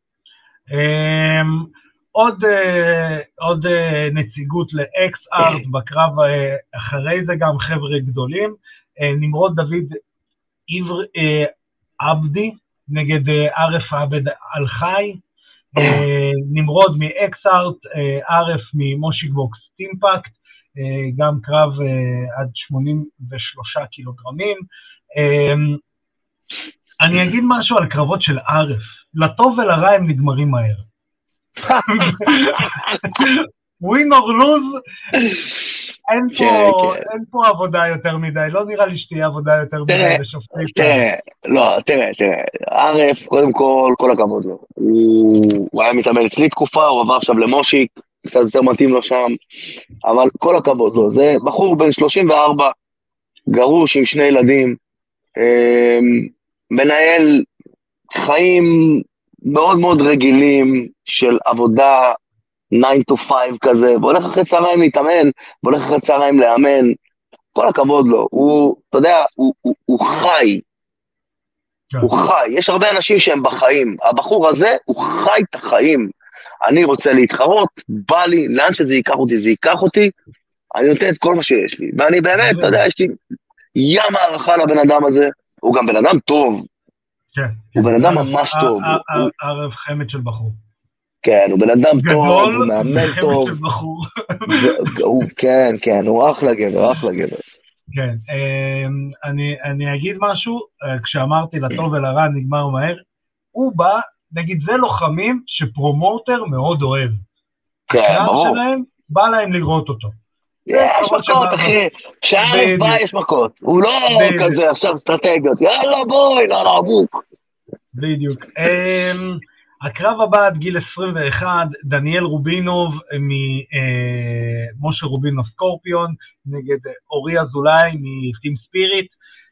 עוד, עוד נציגות לאקס ארט בקרב אחרי זה גם חבר'ה גדולים, נמרוד דוד עבר עבדי נגד ערף עבד על חי, נמרוד מאקסארט, ערף ממושיק בוקס טימפקט, גם קרב עד שמונים ושלושה קילוגרמים, אני אגיד משהו על קרבות של ערף, לטוב ולרע הם נגמרים מהר. ווין אור לוז, אין פה עבודה יותר מדי, לא נראה לי שתהיה עבודה יותר מדי בשופטי. תראה, לא, תראה, תראה, ערף, קודם כל, כל הכבוד לו. הוא היה מתאמן אצלי תקופה, הוא עבר עכשיו למושיק, קצת יותר מתאים לו שם, אבל כל הכבוד לו, זה בחור בן שלושים וארבע, גרוש עם שני ילדים, מנהל חיים מאוד מאוד רגילים של עבודה nine to five כזה, והולך אחרי צהריים להתאמן, והולך אחרי צהריים לאמן, כל הכבוד לו, הוא, אתה יודע, הוא, הוא, הוא חי, כן. הוא חי, יש הרבה אנשים שהם בחיים, הבחור הזה הוא חי את החיים, אני רוצה להתחרות, בא לי, לאן שזה ייקח אותי, זה ייקח אותי, אני נותן את כל מה שיש לי, ואני באמת, אתה יודע, יש לי ים הערכה לבן אדם הזה, הוא גם בן אדם טוב, כן, הוא בן אדם ממש טוב. ערב חמד של בחור. כן, הוא בן אדם טוב, הוא מאמן טוב. של בחור. כן, כן, הוא אחלה גבר, אחלה גבר. כן, אני אגיד משהו, כשאמרתי לטוב ולרע נגמר מהר, הוא בא, נגיד זה לוחמים שפרומוטר מאוד אוהב. כן, ברור. בא להם לראות אותו. יש מכות, אחי, כשהערב בא יש מכות, הוא לא כזה עכשיו סטרטגיות, יאללה בואי, לא נעבוק. בדיוק. הקרב הבא עד גיל עשרים ואחת, דניאל רובינוב ממשה רובינוב סקורפיון, נגד אורי אזולאי מטים ספיריט,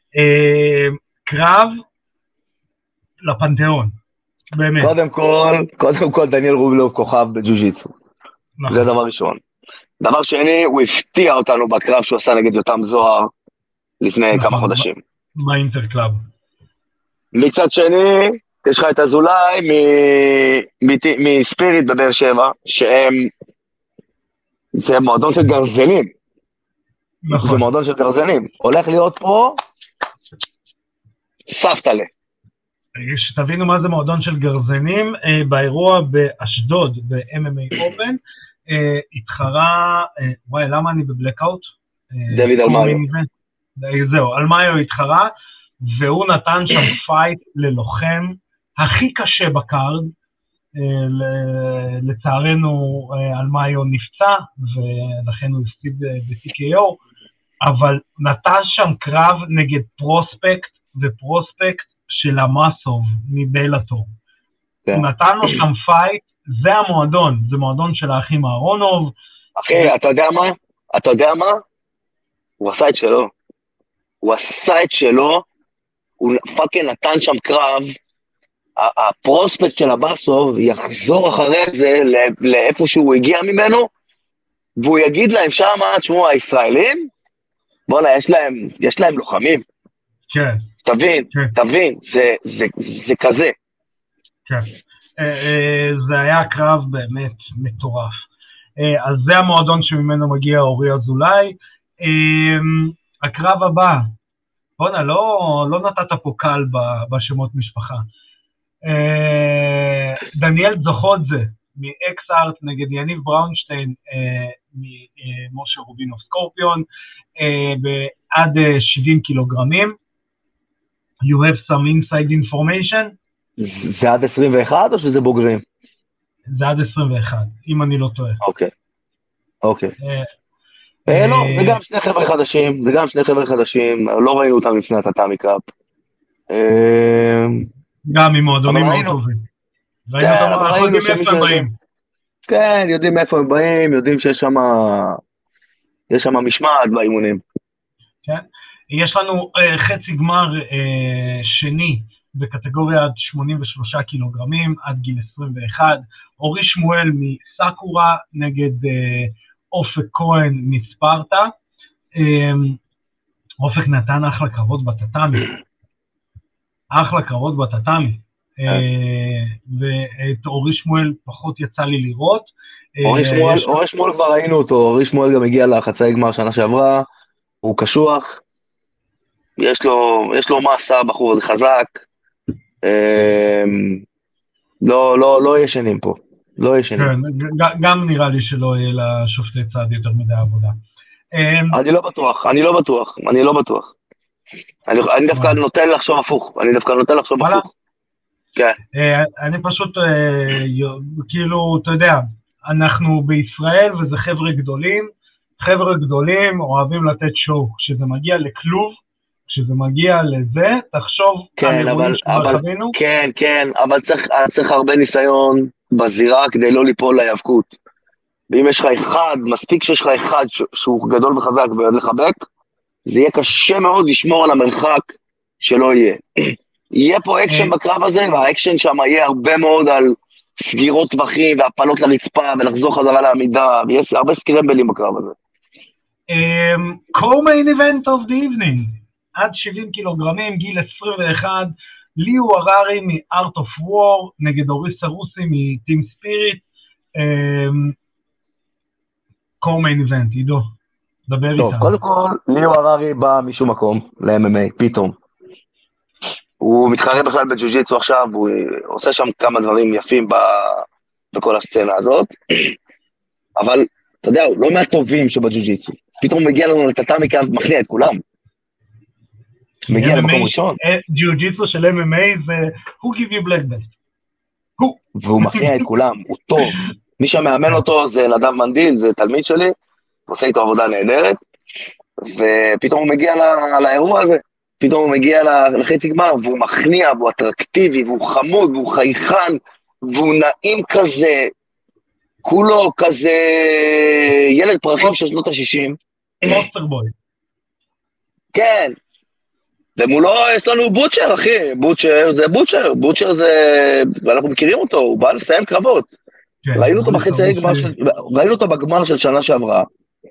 קרב לפנתיאון, באמת. קודם כל, קודם כל דניאל רובינוב כוכב בג'ו-ג'יצו, זה דבר ראשון. דבר שני, הוא הפתיע אותנו בקרב שהוא עשה נגד יותם זוהר לפני כמה חודשים. באינטר קלאב. מצד שני, יש לך את אזולאי מספיריט בבאר שבע, שהם, זה מועדון של גרזנים. נכון. זה מועדון של גרזנים. הולך להיות פה, סבתלה. שתבינו מה זה מועדון של גרזנים, באירוע באשדוד, ב-אם אם איי Open, התחרה, וואי, למה אני בבלקאוט? דוד אלמאיו. זהו, אלמאיו התחרה, והוא נתן שם פייט ללוחם הכי קשה בקארד, לצערנו אלמאיו נפצע, ולכן הוא הפסיד ב-טי קיי או, אבל נתן שם קרב נגד פרוספקט, ופרוספקט של המאסוב מבלאטור. הוא נתן לו שם פייט, זה המועדון, זה מועדון של האחים אהרונוב. אחי, אתה יודע מה? אתה יודע מה? הוא עשה את שלו. הוא עשה את שלו, הוא פאקינג נתן שם קרב, הפרוספקט של הבאסוב יחזור אחרי זה לאיפה שהוא הגיע ממנו, והוא יגיד להם שם, תשמעו, הישראלים, בוא'נה, יש להם, יש להם לוחמים. כן. תבין, כן. תבין, זה, זה, זה כזה. כן. זה היה קרב באמת מטורף. אז זה המועדון שממנו מגיע אורי אזולאי. הקרב הבא, בוא'נה, לא, לא נתת פה קל בשמות משפחה. דניאל זוכודזה, מאקס-ארט נגד יניב בראונשטיין, ממשה רובינוב סקורפיון, בעד שבעים קילוגרמים. You have some inside information? זה עד עשרים ואחת או שזה בוגרים? זה עד עשרים ואחת, אם אני לא טועה. אוקיי, אוקיי. לא, זה גם שני חבר'ה חדשים, זה גם שני חבר'ה חדשים, לא ראינו אותם לפני הטאטאמי קאפ. גם עם מועדונים מאוד טובים. ראינו אותם, אנחנו יודעים איפה הם באים. כן, יודעים איפה הם באים, יודעים שיש שם, יש שם משמעת באימונים. כן, יש לנו חצי גמר שני, בקטגוריה עד שמונים ושלושה קילוגרמים, עד גיל עשרים ואחת, אורי שמואל מסקורה נגד אה, אופק כהן מספרטה, אה, אופק נתן אחלה קרבות בטטמי, אחלה קרבות בטטמי, אה, ואת אורי שמואל פחות יצא לי לראות. אורי אה, שמואל, יש... אורי שמואל כבר ראינו אותו, אורי שמואל גם הגיע לחצאי גמר שנה שעברה, הוא קשוח, יש לו, יש לו מסה, בחור הזה חזק, לא, לא, לא ישנים פה, לא ישנים. כן, גם נראה לי שלא יהיה לשופטי צעד יותר מדי עבודה. אני לא בטוח, אני לא בטוח, אני לא בטוח. אני, אני דווקא נוטה לחשוב הפוך, אני דווקא נוטה לחשוב הפוך. כן. אני פשוט, כאילו, אתה יודע, אנחנו בישראל וזה חבר'ה גדולים, חבר'ה גדולים אוהבים לתת שואו, כשזה מגיע לכלוב, כשזה מגיע לזה, תחשוב כן, על אירועים שכבר חווינו. כן, כן, אבל צריך, צריך הרבה ניסיון בזירה כדי לא ליפול להיאבקות. ואם יש לך אחד, מספיק שיש לך אחד שהוא גדול וחזק ואוהב לחבק, זה יהיה קשה מאוד לשמור על המרחק שלא יהיה. יהיה פה אקשן בקרב הזה, והאקשן שם יהיה הרבה מאוד על סגירות טווחים והפלות לרצפה ולחזור חזרה לעמידה, ויש הרבה סקרמבלים בקרב הזה. Co-main event of the evening, עד שבעים קילוגרמים, גיל עשרים ואחת, ליאו הררי מ-Art of War, נגד אוריס הרוסי מ-Team Spirit, Co-main event, עידו, דבר איתה. טוב, קודם כל, ליאו הררי בא משום מקום ל-אם אם איי, פתאום. הוא מתחרה בכלל בג'ו-ג'יטסו עכשיו, הוא עושה שם כמה דברים יפים בכל הסצנה הזאת, אבל, אתה יודע, הוא לא מהטובים שבג'ו-ג'יטסו. פתאום מגיע לנו לטאטאמי כאן, מכניע את כולם. מגיע למקום ראשון. ג'ו-ג'יטסו של אם אם איי זה, who give you black belt? והוא מכניע את כולם, הוא טוב. מי שמאמן אותו זה נדב מנדיל, זה תלמיד שלי, הוא עושה איתו עבודה נהדרת, ופתאום הוא מגיע לאירוע הזה. פתאום הוא מגיע לחצי גמר, והוא מכניע, והוא אטרקטיבי, והוא חמוד, והוא חייכן, והוא נעים כזה, כולו כזה ילד פרחים של שנות ה-שישים. פוסטר בוי. כן. ומולו יש לנו בוטשר, אחי. בוטשר זה בוטשר. בוטשר זה, ואנחנו מכירים אותו, הוא בא לסיים קרבות. ראינו אותו בחצי גמר של, ראינו אותו בגמר של שנה שעברה.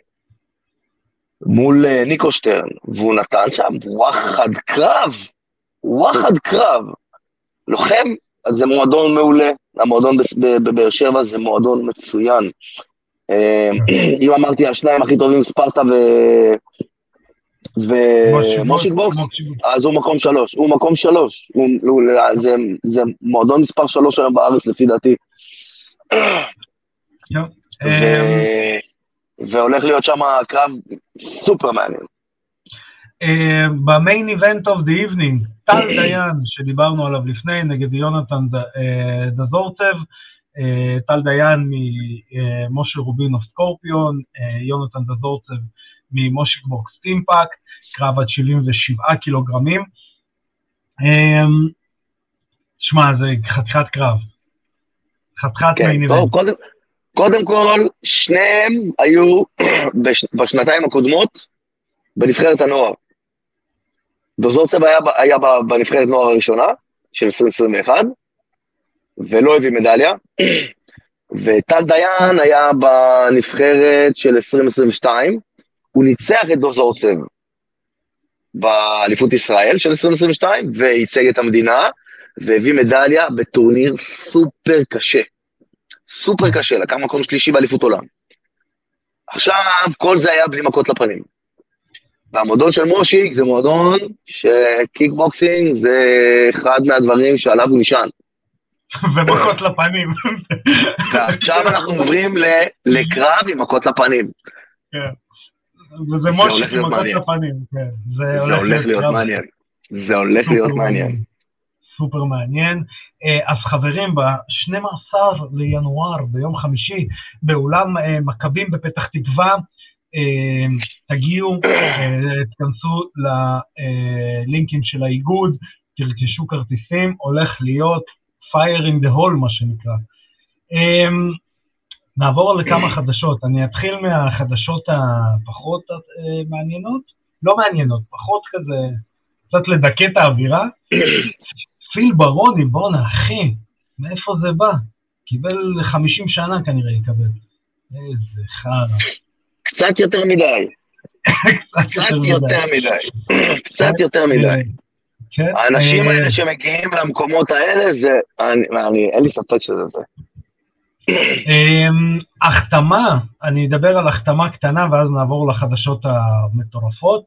מול ניקו שטרן, והוא נתן שם וואחד קרב, וואחד קרב. לוחם, זה מועדון מעולה, המועדון בבאר שבע זה מועדון מצוין. אם אמרתי השניים הכי טובים, ספרטה ומושיק בוקס, אז הוא מקום שלוש, הוא מקום שלוש, זה מועדון מספר שלוש היום בארץ לפי דעתי. והולך להיות שם קרב סופר מעניין. במיין איבנט אוף דה איבנינג, טל דיין, שדיברנו עליו לפני, נגד יונתן דזורצב, טל דיין ממשה רובינו סקורפיון, יונתן דזורצב ממושיק בוקס אימפקט, קרב עד שבעים ושבעה קילוגרמים. שמע, זה חתיכת קרב. חתיכת מיין איבנט. קודם... קודם כל, שניהם היו בש... בשנתיים הקודמות בנבחרת הנוער. דוזורצב היה, היה בנבחרת נוער הראשונה של עשרים עשרים ואחת, ולא הביא מדליה, וטל דיין היה בנבחרת של עשרים עשרים ושתיים, הוא ניצח את דוזורצב באליפות ישראל של עשרים עשרים ושתיים, וייצג את המדינה, והביא מדליה בטורניר סופר קשה. סופר קשה, לקח מקום שלישי באליפות עולם. עכשיו, כל זה היה בלי מכות לפנים. והמועדון של מושיק זה מועדון שקיקבוקסינג זה אחד מהדברים שעליו הוא נשען. ומכות לפנים. ועכשיו אנחנו עוברים לקרב עם מכות לפנים. כן. וזה מושיק עם מכות לפנים. זה הולך להיות מעניין. זה הולך להיות מעניין. סופר מעניין. אז חברים, ב-שנים עשר לינואר, ביום חמישי, באולם מכבים בפתח תקווה, תגיעו, תכנסו ללינקים של האיגוד, תרכשו כרטיסים, הולך להיות fire in the hole, מה שנקרא. נעבור לכמה חדשות, אני אתחיל מהחדשות הפחות מעניינות, לא מעניינות, פחות כזה, קצת לדכא את האווירה. פיל ברוני, בונה, אחי, מאיפה זה בא? קיבל חמישים שנה כנראה יקבל. איזה חרא. קצת יותר מדי. קצת יותר מדי. קצת יותר מדי. האנשים האלה שמגיעים למקומות האלה, זה, אין לי ספק שזה זה. החתמה, אני אדבר על החתמה קטנה, ואז נעבור לחדשות המטורפות.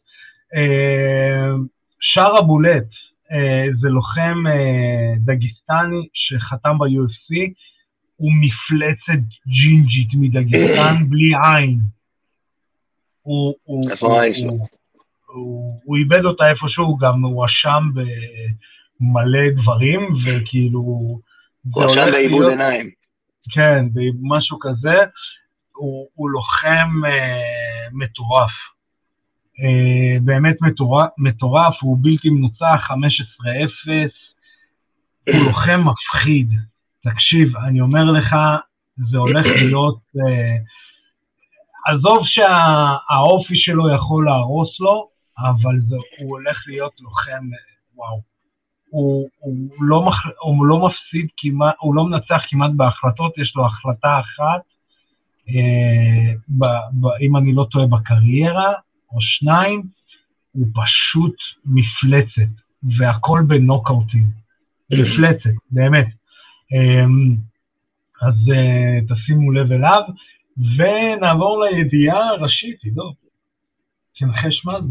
שר הבולט, זה לוחם דגיסטני שחתם ב-יו אף סי, הוא מפלצת ג'ינג'ית מדגיסטן בלי עין. איפה העין שלו? הוא, הוא איבד אותה איפשהו, גם הוא אשם במלא דברים, וכאילו... הוא אשם באיבוד עיניים. כן, במשהו כזה, הוא, הוא לוחם אה, מטורף. אה, באמת מטורף, מטורף, הוא בלתי מנוצח, חמש עשרה אפס, הוא לוחם מפחיד. תקשיב, אני אומר לך, זה הולך להיות... אה, עזוב שהאופי שלו יכול להרוס לו, אבל זה, הוא הולך להיות לוחם, וואו. הוא, הוא, לא מח, הוא לא מפסיד כמעט, הוא לא מנצח כמעט בהחלטות, יש לו החלטה אחת, אה, ב, ב, אם אני לא טועה בקריירה, או שניים, הוא פשוט מפלצת, והכל בנוקאוטים. מפלצת, באמת. אה, אז אה, תשימו לב אליו, ונעבור לידיעה הראשית, עידו. תנחש מה זה?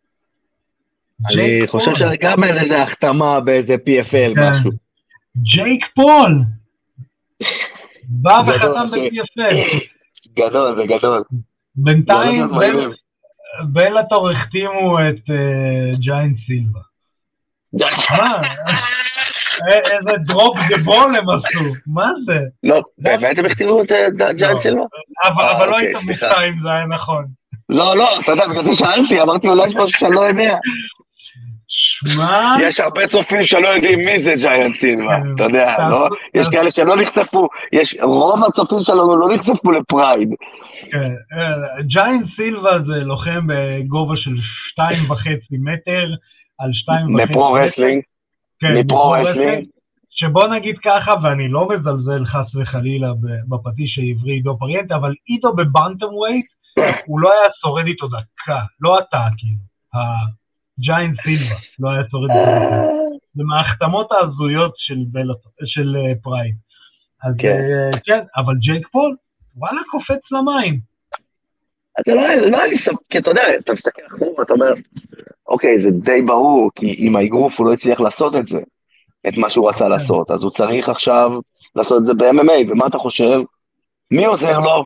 אני חושב שגם אין איזה החתמה באיזה פי אף אל משהו. ג'ייק פול! בא וחתם ב-פי אף אל. גדול, זה גדול. בינתיים, בלאטור החתימו את ג'יינט סילבה. מה? איזה דרופ דה בול הם עשו, מה זה? לא, באמת הם החתימו את ג'יינט סילבה? אבל לא היית מסתכל אם זה היה נכון. לא, לא, אתה יודע, בגלל זה שאלתי, אמרתי אולי יש משהו שאני לא יודע. שמע? יש הרבה צופים שלא יודעים מי זה ג'יינט סילבה, אתה יודע, לא? יש כאלה שלא נחשפו, יש רוב הצופים שלנו לא נחשפו לפרייד. ג'יינט סילבה זה לוחם בגובה של שתיים וחצי מטר, על שתיים וחצי מטר. מפרו רסלינג. כן, מפרו רסלינג. שבוא נגיד ככה, ואני לא מזלזל חס וחלילה בפטיש העברי עידו פריאנטה, אבל עידו בבנטם ווייט, הוא לא היה שורד איתו דקה, לא אתה, כאילו, הג'יינט סילבה, לא היה שורד איתו דקה. זה מההחתמות ההזויות של פרייד. אז כן, אבל ג'ייק פול, וואלה, קופץ למים. אתה לא היה לי סוף, כי אתה יודע, אתה מסתכל אחורה, אתה אומר, אוקיי, זה די ברור, כי עם האגרוף הוא לא הצליח לעשות את זה, את מה שהוא רצה לעשות, אז הוא צריך עכשיו לעשות את זה ב-אם אם איי, ומה אתה חושב? מי עוזר לו?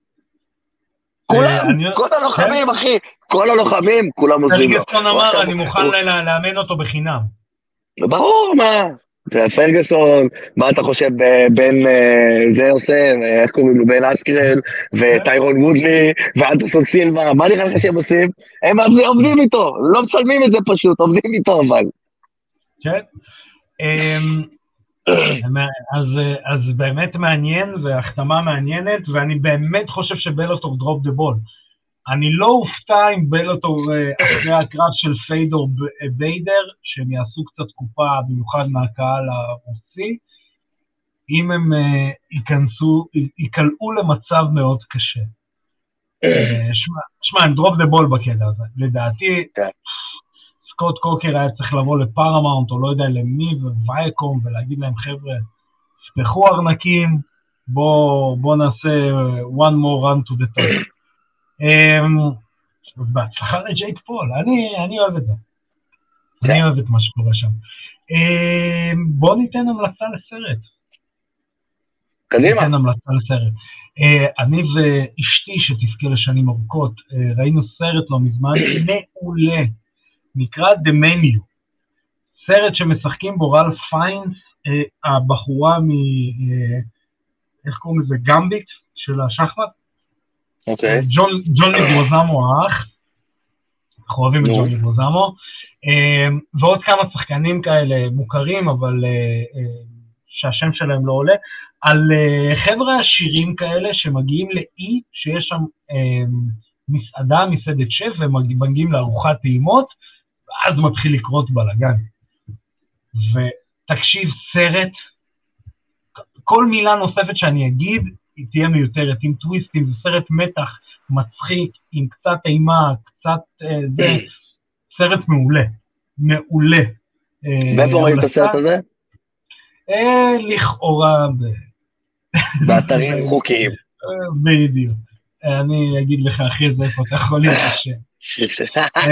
כולם, כל הלוחמים, אחי, כל הלוחמים, כולם עוזרים לו. פרגוסון אמר, אני מוכן לאמן אותו בחינם. ברור, מה? פרגוסון, מה אתה חושב בין זה עושה, איך קוראים לו, בין אסקרל, וטיירון וודלי, ואנדרסון סילבה, מה נראה לך שהם עושים? הם עובדים איתו, לא מצלמים את זה פשוט, עובדים איתו אבל. כן. אז, אז באמת מעניין, והחתמה מעניינת, ואני באמת חושב שבלאטור דרופ דה בול. אני לא אופתע עם בלאטור אחרי הקרב של פיידור ביידר, שהם יעשו קצת קופה, במיוחד מהקהל הרוסי, אם הם ייכנסו, יקלעו למצב מאוד קשה. שמע, הם דרופ דה בול בקטע הזה. לדעתי, סקוט קוקר היה צריך לבוא לפארמאונט, או לא יודע למי, ווייקום, ולהגיד להם, חבר'ה, ספחו ארנקים, בוא, בוא נעשה one more run to the top. בהצלחה לג'ייק פול, אני, אני אוהב את זה. אני אוהב את מה שקורה שם. בוא ניתן המלצה לסרט. קדימה. ניתן המלצה לסרט. אני ואשתי שתזכה לשנים ארוכות, ראינו סרט לא מזמן, מעולה. נקרא The Menu, סרט שמשחקים בו רלף פיינס, אה, הבחורה מ... אה, איך קוראים לזה? גמביט של השחמט? אוקיי. Okay. ג'ון, ג'ון ליגוזמו האח, אנחנו אוהבים את ג'ון ליגוזמו, אה, ועוד כמה שחקנים כאלה מוכרים, אבל אה, אה, שהשם שלהם לא עולה, על אה, חבר'ה עשירים כאלה שמגיעים לאי, שיש שם אה, מסעדה, מסעדת שף, ומגיעים לארוחת טעימות, אז מתחיל לקרות בלגן. ותקשיב, סרט, כל מילה נוספת שאני אגיד, היא תהיה מיותרת, עם טוויסטים, זה סרט מתח, מצחיק, עם קצת אימה, קצת אה, זה, סרט מעולה, מעולה. באיפה רואים את הסרט הזה? אה, לכאורה, באתרים חוקיים. בדיוק. אני אגיד לך אחרי זה איפה אתה יכול להיות השם.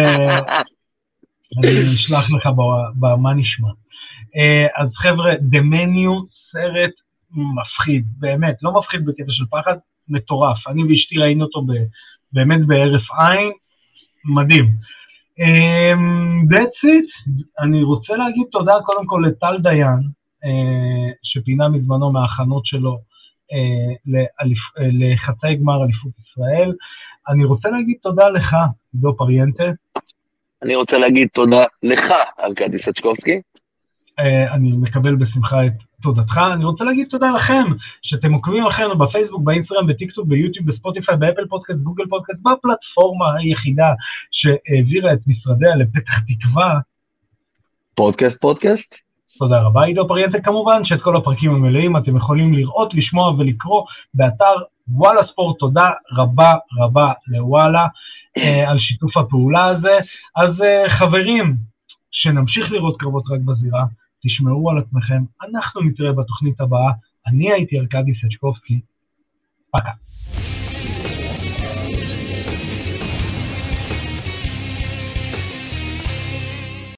אני אשלח לך במה נשמע. אז חבר'ה, The Menu, סרט מפחיד, באמת, לא מפחיד בקטע של פחד, מטורף. אני ואשתי ראינו אותו באמת בערף עין, מדהים. That's it. אני רוצה להגיד תודה קודם כל לטל דיין, שפינה מזמנו מההכנות שלו לחצי גמר אליפות ישראל. אני רוצה להגיד תודה לך, עידו פריאנטה. אני רוצה להגיד תודה לך, ארקדי סצ'קובסקי. אני מקבל בשמחה את תודתך. אני רוצה להגיד תודה לכם, שאתם עוקבים אחרינו בפייסבוק, באינסטגרם, בטיקטוק, ביוטיוב, בספוטיפיי, באפל פודקאסט, גוגל פודקאסט, בפלטפורמה היחידה שהעבירה את משרדיה לפתח תקווה. פודקאסט, פודקאסט. תודה רבה, עידו פריאנטה. כמובן שאת כל הפרקים המלאים אתם יכולים לראות, לשמוע ולקרוא באתר וואלה ספורט. תודה רבה רבה לוואלה על שיתוף הפעולה הזה. אז חברים, שנמשיך לראות קרבות רק בזירה, תשמעו על עצמכם, אנחנו נתראה בתוכנית הבאה, אני הייתי ארקדי סצ'קובסקי, פקה.